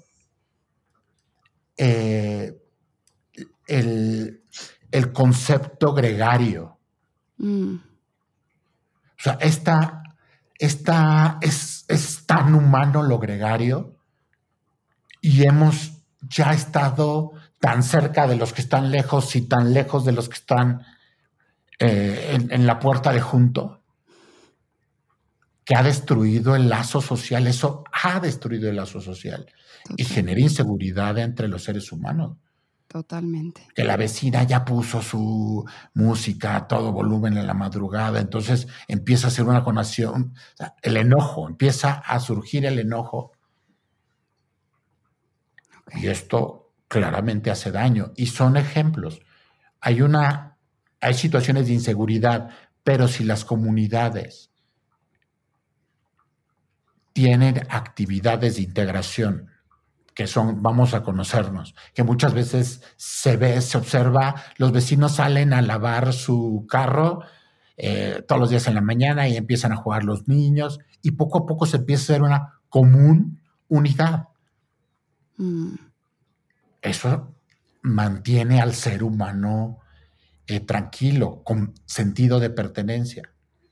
el concepto gregario. O sea, es tan humano lo gregario y hemos ya estado tan cerca de los que están lejos y tan lejos de los que están en la puerta de junto, que ha destruido el lazo social. Eso ha destruido el lazo social. Total. Y genera inseguridad entre los seres humanos. Totalmente. Que la vecina ya puso su música a todo volumen en la madrugada, entonces empieza a ser una conexión, o sea, el enojo, empieza a surgir el enojo Okay. Y esto claramente hace daño. Y son ejemplos. Hay situaciones de inseguridad, pero si las comunidades tienen actividades de integración, que son, vamos a conocernos, que muchas veces se observa, los vecinos salen a lavar su carro todos los días en la mañana y empiezan a jugar los niños y poco a poco se empieza a hacer una común unidad. Eso mantiene al ser humano tranquilo, con sentido de pertenencia.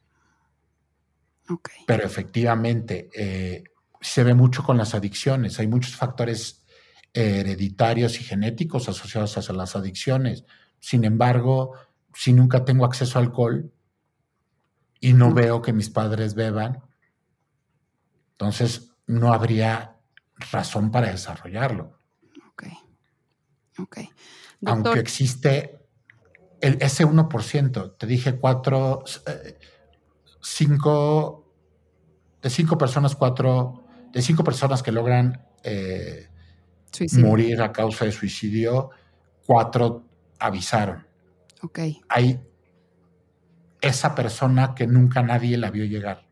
Okay. Pero efectivamente se ve mucho con las adicciones. Hay muchos factores hereditarios y genéticos asociados a las adicciones. Sin embargo, si nunca tengo acceso a alcohol y no veo que mis padres beban, entonces no habría razón para desarrollarlo. Okay. Aunque existe ese 1%, te dije 5 personas que logran morir a causa de suicidio, 4 avisaron. Okay. Hay esa persona que nunca nadie la vio llegar.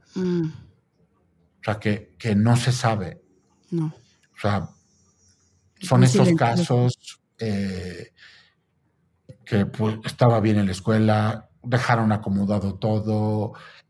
O sea, que no se sabe. No. O sea, son esos casos que pues, estaba bien en la escuela, dejaron acomodado todo.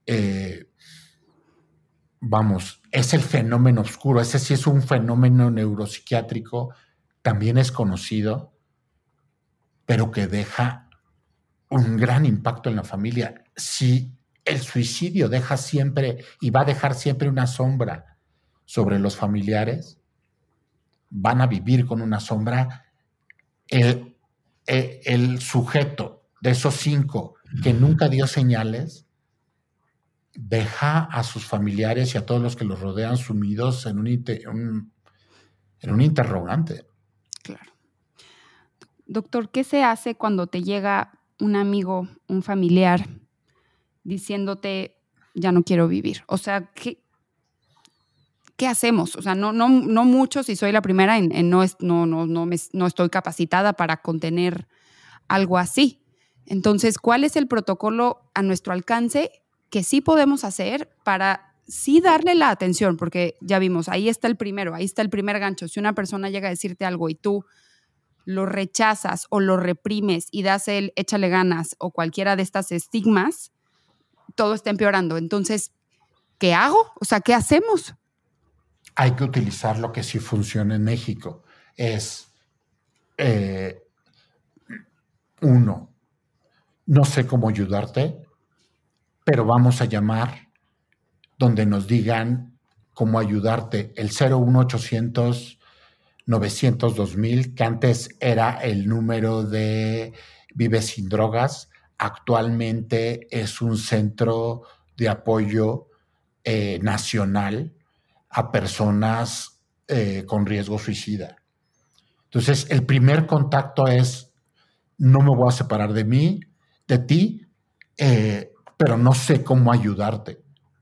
Vamos, es el fenómeno oscuro. Ese sí es un fenómeno neuropsiquiátrico, también es conocido, pero que deja un gran impacto en la familia. Si el suicidio deja siempre y va a dejar siempre una sombra sobre los familiares, van a vivir con una sombra. El sujeto de esos 5 que nunca dio señales deja a sus familiares y a todos los que los rodean sumidos en un interrogante. Claro. Doctor, ¿qué se hace cuando te llega un amigo, un familiar, diciéndote, ya no quiero vivir? O sea, ¿qué hacemos? O sea, no mucho, si soy la primera no estoy capacitada para contener algo así. Entonces, ¿cuál es el protocolo a nuestro alcance que sí podemos hacer para sí darle la atención? Porque ya vimos, ahí está el primer gancho. Si una persona llega a decirte algo y tú lo rechazas o lo reprimes y das el échale ganas o cualquiera de estas estigmas, todo está empeorando. Entonces, ¿qué hago? O sea, ¿qué hacemos? Hay que utilizar lo que sí funciona en México. Es, 1, no sé cómo ayudarte, pero vamos a llamar donde nos digan cómo ayudarte. El 01800 900 2000, que antes era el número de Vive Sin Drogas, actualmente es un centro de apoyo nacional a personas con riesgo suicida. Entonces, el primer contacto es, no me voy a separar de ti, pero no sé cómo ayudarte.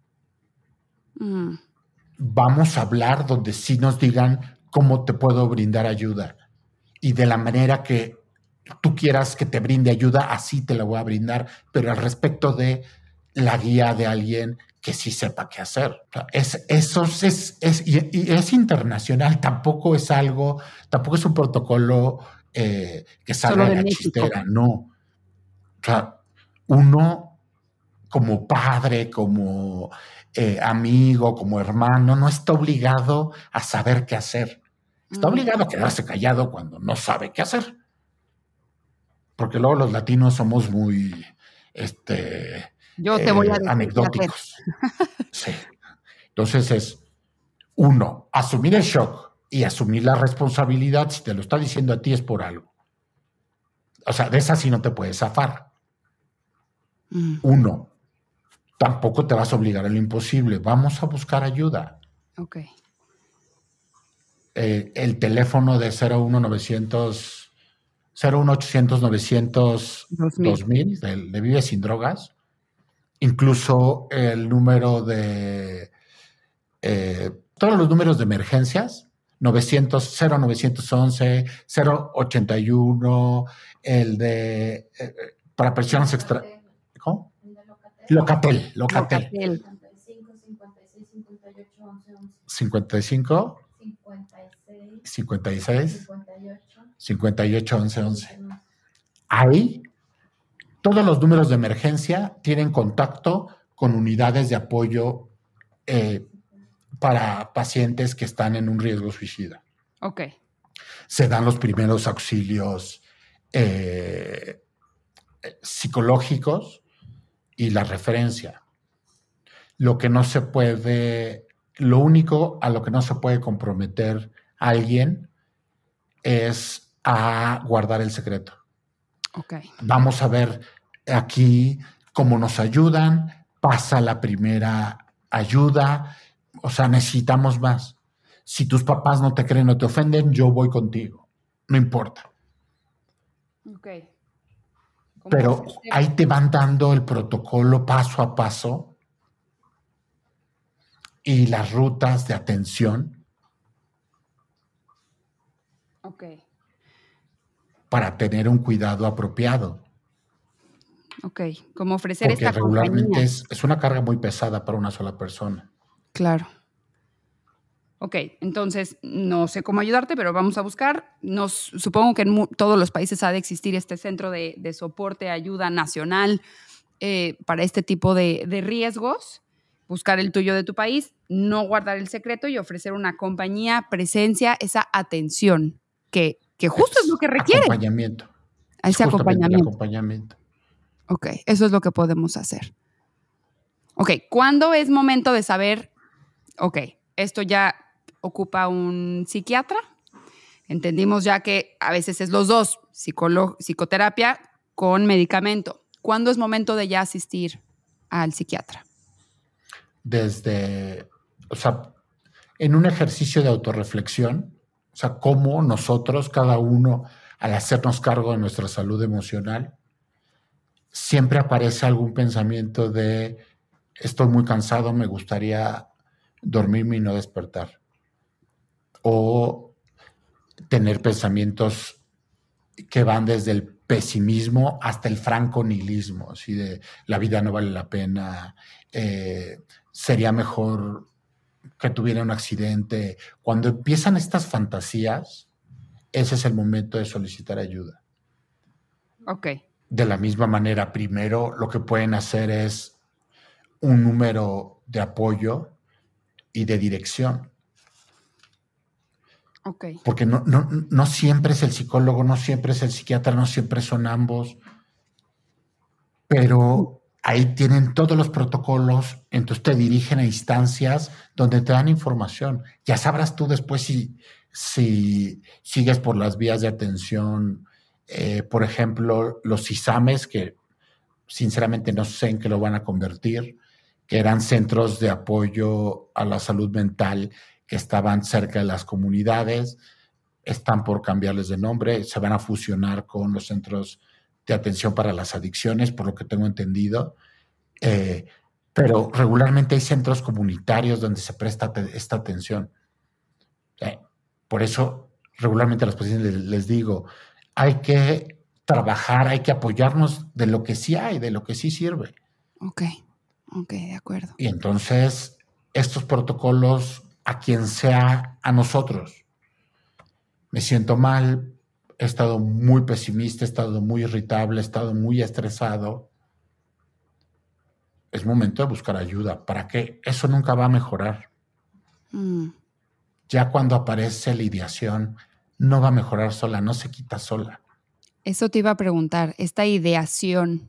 Vamos a hablar donde sí nos digan cómo te puedo brindar ayuda. Y de la manera que tú quieras que te brinde ayuda, así te la voy a brindar, pero al respecto de la guía de alguien que sí sepa qué hacer. Eso es internacional, tampoco es un protocolo que salga de la chistera, no. O sea, uno como padre, como amigo, como hermano, no está obligado a saber qué hacer. Está obligado a quedarse callado cuando no sabe qué hacer. Porque luego los latinos somos muy yo te voy a decir anecdóticos. Sí. Entonces es, 1, asumir el shock y asumir la responsabilidad. Si te lo está diciendo a ti es por algo. O sea, de esa sí no te puedes zafar. 1, tampoco te vas a obligar a lo imposible. Vamos a buscar ayuda. Ok. El teléfono de 01800 900 2000 de Vive Sin Drogas, incluso el número de todos los números de emergencias 900, 0911, 081, el de para personas extra. ¿Cómo? Locatel. 55 56 58 11. Ahí todos los números de emergencia tienen contacto con unidades de apoyo para pacientes que están en un riesgo suicida. Ok. Se dan los primeros auxilios psicológicos y la referencia. Lo único a lo que no se puede comprometer a alguien es a guardar el secreto. Okay. Vamos a ver aquí cómo nos ayudan, pasa la primera ayuda, o sea, necesitamos más. Si tus papás no te creen o te ofenden, yo voy contigo, no importa. Okay. Pero ahí te van dando el protocolo paso a paso y las rutas de atención. Okay. Para tener un cuidado apropiado. Ok, como ofrecer porque esta regularmente compañía. Es una carga muy pesada para una sola persona. Claro. Ok, entonces no sé cómo ayudarte, pero vamos a buscar. Supongo que en todos los países ha de existir este centro de soporte, ayuda nacional para este tipo de riesgos. Buscar el tuyo de tu país, no guardar el secreto y ofrecer una compañía, presencia, esa atención que justo es lo que requiere. Acompañamiento. Ese acompañamiento. El acompañamiento. Ok, eso es lo que podemos hacer. Ok, ¿cuándo es momento de saber, ok, esto ya ocupa un psiquiatra? Entendimos ya que a veces es los dos, psicoterapia con medicamento. ¿Cuándo es momento de ya asistir al psiquiatra? En un ejercicio de autorreflexión, o sea, cómo nosotros, cada uno, al hacernos cargo de nuestra salud emocional, siempre aparece algún pensamiento de estoy muy cansado, me gustaría dormirme y no despertar. O tener pensamientos que van desde el pesimismo hasta el franco nihilismo, así de la vida no vale la pena, sería mejor que tuviera un accidente. Cuando empiezan estas fantasías, ese es el momento de solicitar ayuda. Ok. De la misma manera, primero lo que pueden hacer es un número de apoyo y de dirección. Okay. Porque no siempre es el psicólogo, no siempre es el psiquiatra, no siempre son ambos, pero ahí tienen todos los protocolos, entonces te dirigen a instancias donde te dan información. Ya sabrás tú después si sigues por las vías de atención, por ejemplo, los ISAMES, que sinceramente no sé en qué lo van a convertir, que eran centros de apoyo a la salud mental que estaban cerca de las comunidades, están por cambiarles de nombre, se van a fusionar con los centros de atención para las adicciones, por lo que tengo entendido, pero regularmente hay centros comunitarios donde se presta esta atención. Por eso regularmente a los pacientes les digo, hay que trabajar, hay que apoyarnos de lo que sí hay, de lo que sí sirve. Ok, de acuerdo. Y entonces estos protocolos a quien sea, a nosotros. Me siento mal, he estado muy pesimista, he estado muy irritable, he estado muy estresado. Es momento de buscar ayuda. ¿Para qué? Eso nunca va a mejorar. Ya cuando aparece la ideación, no va a mejorar sola, no se quita sola. Eso te iba a preguntar, esta ideación,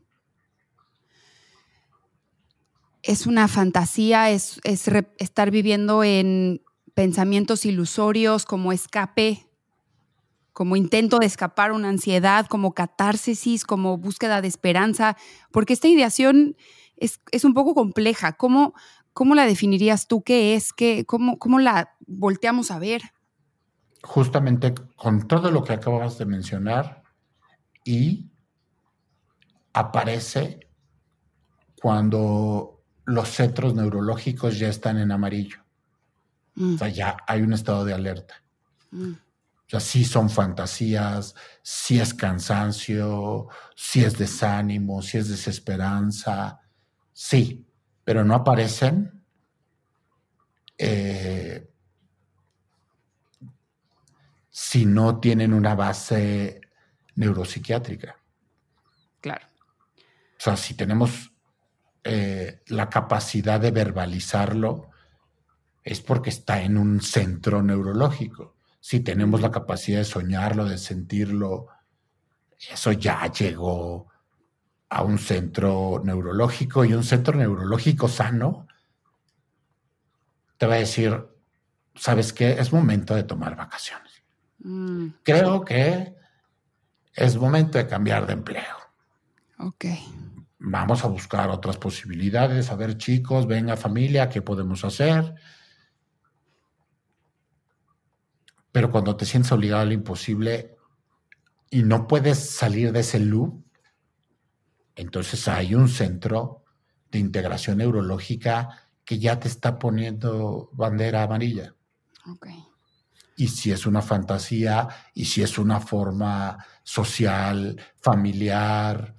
¿es una fantasía? ¿Es estar viviendo en pensamientos ilusorios como escape, como intento de escapar una ansiedad, como catarsis, como búsqueda de esperanza? Porque esta ideación es un poco compleja. ¿Cómo la definirías tú? ¿Qué es? ¿Cómo la volteamos a ver? Justamente con todo lo que acabas de mencionar, y aparece cuando los centros neurológicos ya están en amarillo. O sea, ya hay un estado de alerta. O sea, sí son fantasías, sí es cansancio, sí es desánimo, sí es desesperanza, sí, pero no aparecen si no tienen una base neuropsiquiátrica. Claro. O sea, si tenemos la capacidad de verbalizarlo, es porque está en un centro neurológico. Si tenemos la capacidad de soñarlo, de sentirlo, eso ya llegó a un centro neurológico, y un centro neurológico sano te va a decir, ¿sabes qué? Es momento de tomar vacaciones. Creo que es momento de cambiar de empleo. Ok. Vamos a buscar otras posibilidades. A ver, chicos, venga familia, ¿qué podemos hacer? Pero cuando te sientes obligado a lo imposible y no puedes salir de ese loop, entonces hay un centro de integración neurológica que ya te está poniendo bandera amarilla. Okay. Y si es una fantasía, y si es una forma social, familiar,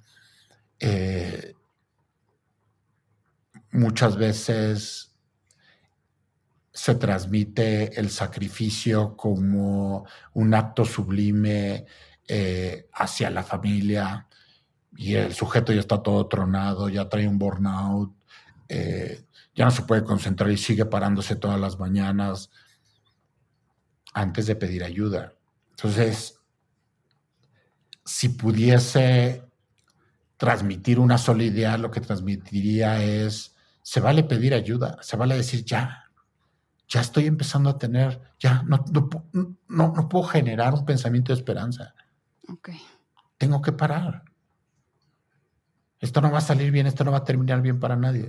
muchas veces se transmite el sacrificio como un acto sublime hacia la familia, y el sujeto ya está todo tronado, ya trae un burnout, ya no se puede concentrar y sigue parándose todas las mañanas antes de pedir ayuda. Entonces, si pudiese transmitir una sola idea, lo que transmitiría es, se vale pedir ayuda, se vale decir, ya estoy empezando a tener, ya no puedo generar un pensamiento de esperanza. Okay. Tengo que parar. Esto no va a salir bien, esto no va a terminar bien para nadie.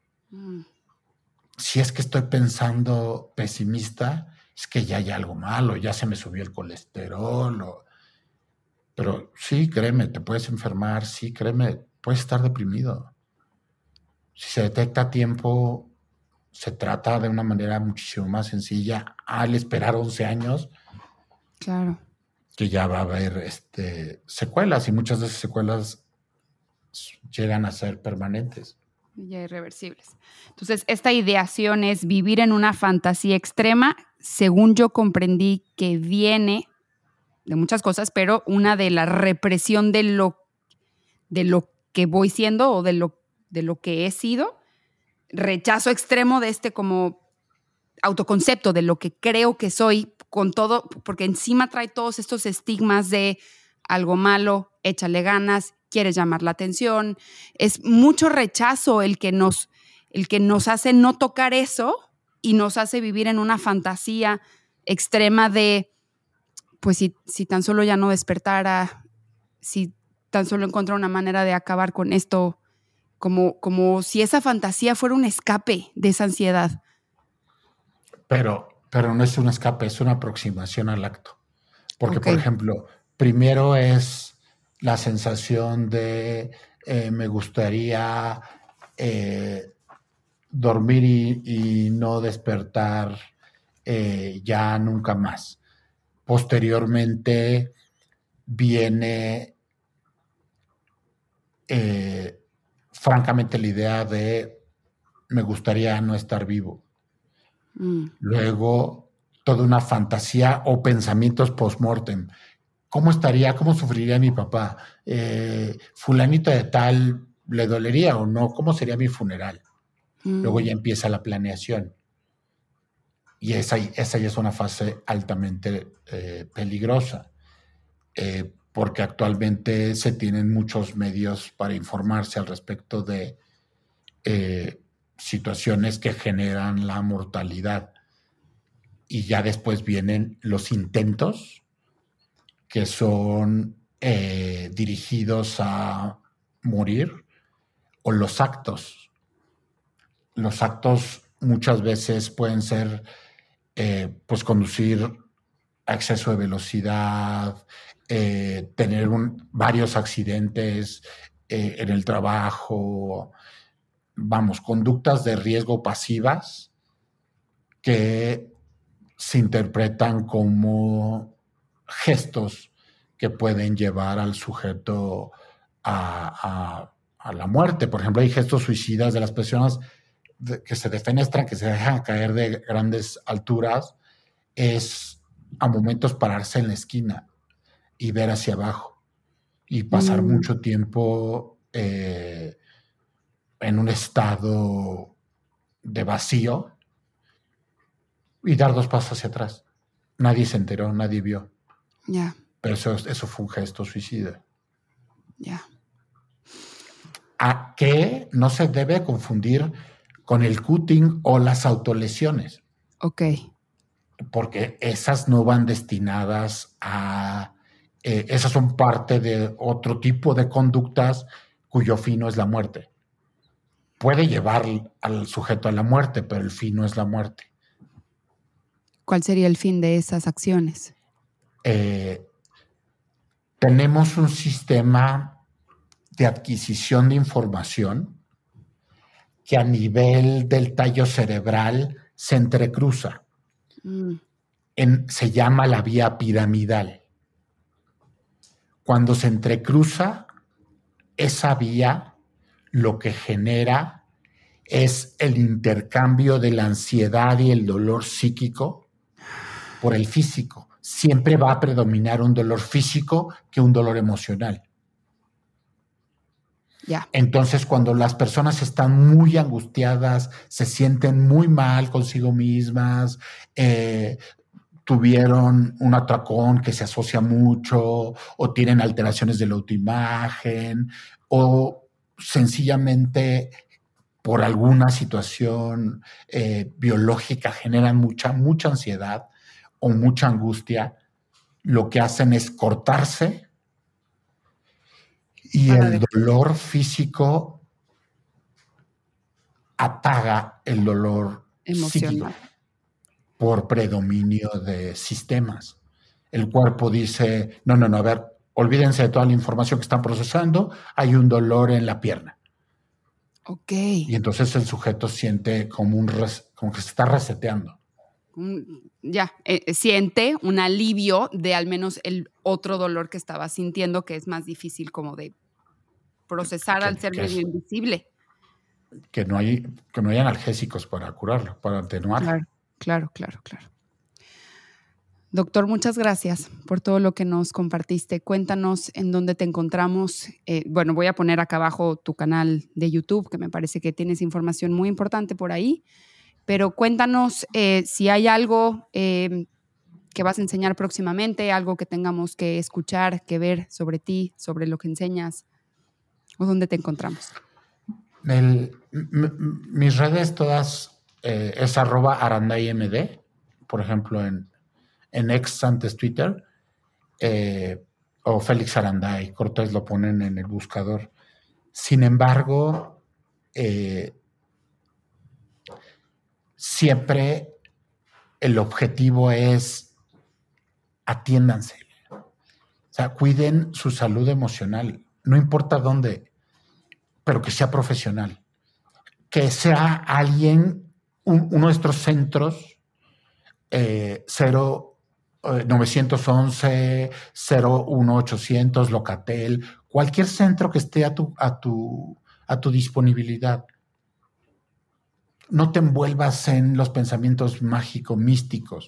Si es que estoy pensando pesimista, es que ya hay algo malo, ya se me subió el colesterol. Pero sí, créeme, te puedes enfermar, sí, créeme, puedes estar deprimido. Si se detecta a tiempo, se trata de una manera muchísimo más sencilla al esperar 11 años. Claro. Que ya va a haber secuelas, y muchas de esas secuelas llegan a ser permanentes. Ya irreversibles. Entonces, esta ideación es vivir en una fantasía extrema, según yo comprendí que viene de muchas cosas, pero una de la represión de lo que voy siendo o de lo que he sido, rechazo extremo de como autoconcepto de lo que creo que soy, con todo, porque encima trae todos estos estigmas de algo malo, échale ganas, quieres llamar la atención. Es mucho rechazo el que nos hace no tocar eso y nos hace vivir en una fantasía extrema de, pues si tan solo ya no despertara, si tan solo encuentra una manera de acabar con esto, como si esa fantasía fuera un escape de esa ansiedad. Pero no es un escape, es una aproximación al acto. Porque, Okay. por ejemplo, primero es la sensación de me gustaría dormir y no despertar ya nunca más. Posteriormente viene francamente la idea de me gustaría no estar vivo. Luego, toda una fantasía o pensamientos post-mortem. ¿Cómo sufriría mi papá? Fulanito de tal, ¿le dolería o no? ¿Cómo sería mi funeral? Luego ya empieza la planeación. Y esa ya es una fase altamente peligrosa, porque actualmente se tienen muchos medios para informarse al respecto de situaciones que generan la mortalidad. Y ya después vienen los intentos, que son dirigidos a morir, o los actos. Los actos muchas veces pueden ser pues conducir a exceso de velocidad, tener varios accidentes en el trabajo, conductas de riesgo pasivas que se interpretan como gestos que pueden llevar al sujeto a la muerte. Por ejemplo, hay gestos suicidas de las personas que se defenestran, que se dejan caer de grandes alturas, es a momentos pararse en la esquina y ver hacia abajo y pasar mucho tiempo en un estado de vacío y dar 2 pasos hacia atrás. Nadie se enteró, nadie vio. Ya. Pero eso fue un gesto suicida. Ya. A que no se debe confundir con el cutting o las autolesiones. Ok. Porque esas no van destinadas a... esas son parte de otro tipo de conductas cuyo fin no es la muerte. Puede llevar al sujeto a la muerte, pero el fin no es la muerte. ¿Cuál sería el fin de esas acciones? Tenemos un sistema de adquisición de información que a nivel del tallo cerebral se entrecruza. Se llama la vía piramidal. Cuando se entrecruza, esa vía lo que genera es el intercambio de la ansiedad y el dolor psíquico por el físico. Siempre va a predominar un dolor físico que un dolor emocional. Yeah. Entonces, cuando las personas están muy angustiadas, se sienten muy mal consigo mismas, tuvieron un atracón que se asocia mucho, o tienen alteraciones de la autoimagen, o sencillamente por alguna situación biológica generan mucha ansiedad o mucha angustia, lo que hacen es cortarse y el dolor físico apaga el dolor emocional psíquico por predominio de sistemas. El cuerpo dice, no, a ver, olvídense de toda la información que están procesando, hay un dolor en la pierna. Ok. Y entonces el sujeto siente como que se está reseteando. Siente un alivio de al menos el otro dolor que estaba sintiendo, que es más difícil como de procesar al ser medio invisible. Que no hay analgésicos para curarlo, para atenuarlo. Claro. Doctor, muchas gracias por todo lo que nos compartiste. Cuéntanos en dónde te encontramos. Voy a poner acá abajo tu canal de YouTube, que me parece que tienes información muy importante por ahí. Pero cuéntanos si hay algo que vas a enseñar próximamente, algo que tengamos que escuchar, que ver sobre ti, sobre lo que enseñas, o dónde te encontramos. Mis redes todas es @arandaymd, por ejemplo, en ex antes Twitter, o Félix Aranday, Cortés lo ponen en el buscador. Sin embargo, siempre el objetivo es atiéndanse. O sea, cuiden su salud emocional, no importa dónde, pero que sea profesional. Que sea alguien, uno de nuestros centros, 911, 01800, Locatel, cualquier centro que esté a tu disponibilidad. No te envuelvas en los pensamientos mágicos, místicos.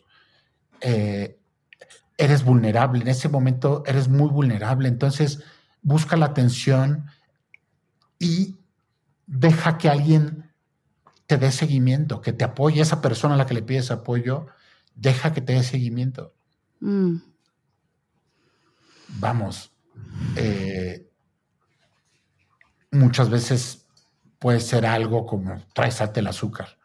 Eres vulnerable, en ese momento eres muy vulnerable, entonces busca la atención y deja que alguien te dé seguimiento, que te apoye, esa persona a la que le pides apoyo, deja que te dé seguimiento. Vamos, muchas veces puede ser algo como tráesate el azúcar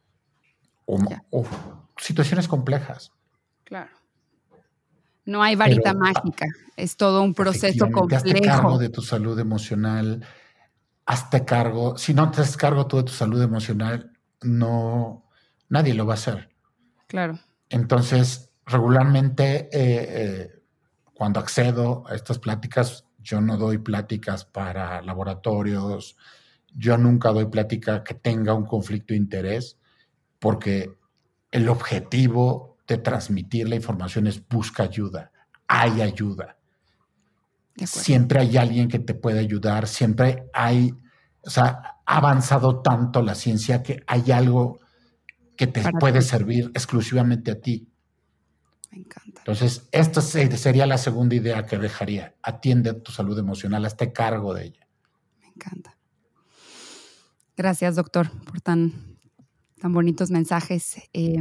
o situaciones complejas. Claro. No hay varita mágica, es todo un proceso complejo. Hazte cargo de tu salud emocional, hazte cargo. Si no te haces cargo tú de tu salud emocional, nadie lo va a hacer. Claro. Entonces, regularmente, cuando accedo a estas pláticas, yo no doy pláticas para laboratorios, yo nunca doy plática que tenga un conflicto de interés, porque el objetivo de transmitir la información es busca ayuda. Hay ayuda. Siempre hay alguien que te puede ayudar. Siempre hay, ha avanzado tanto la ciencia que hay algo que te puede servir exclusivamente a ti. Me encanta. Entonces, esta sería la segunda idea que dejaría. Atiende tu salud emocional, hazte cargo de ella. Me encanta. Gracias, doctor, por tan bonitos mensajes.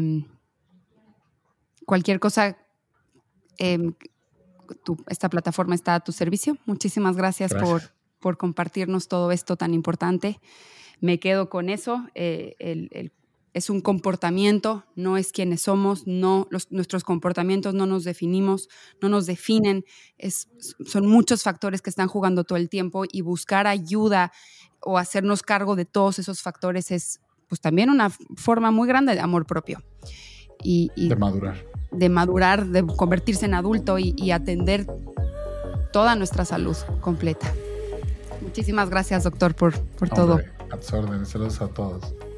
Cualquier cosa, esta plataforma está a tu servicio. Muchísimas gracias. Por compartirnos todo esto tan importante. Me quedo con eso. Es un comportamiento, no es quienes somos, nuestros comportamientos no nos definimos, no nos definen. Son muchos factores que están jugando todo el tiempo, y buscar ayuda o hacernos cargo de todos esos factores es pues también una forma muy grande de amor propio. Y de madurar. De madurar, de convertirse en adulto y atender toda nuestra salud completa. Muchísimas gracias, doctor, por todo. A tus órdenes. Saludos a todos.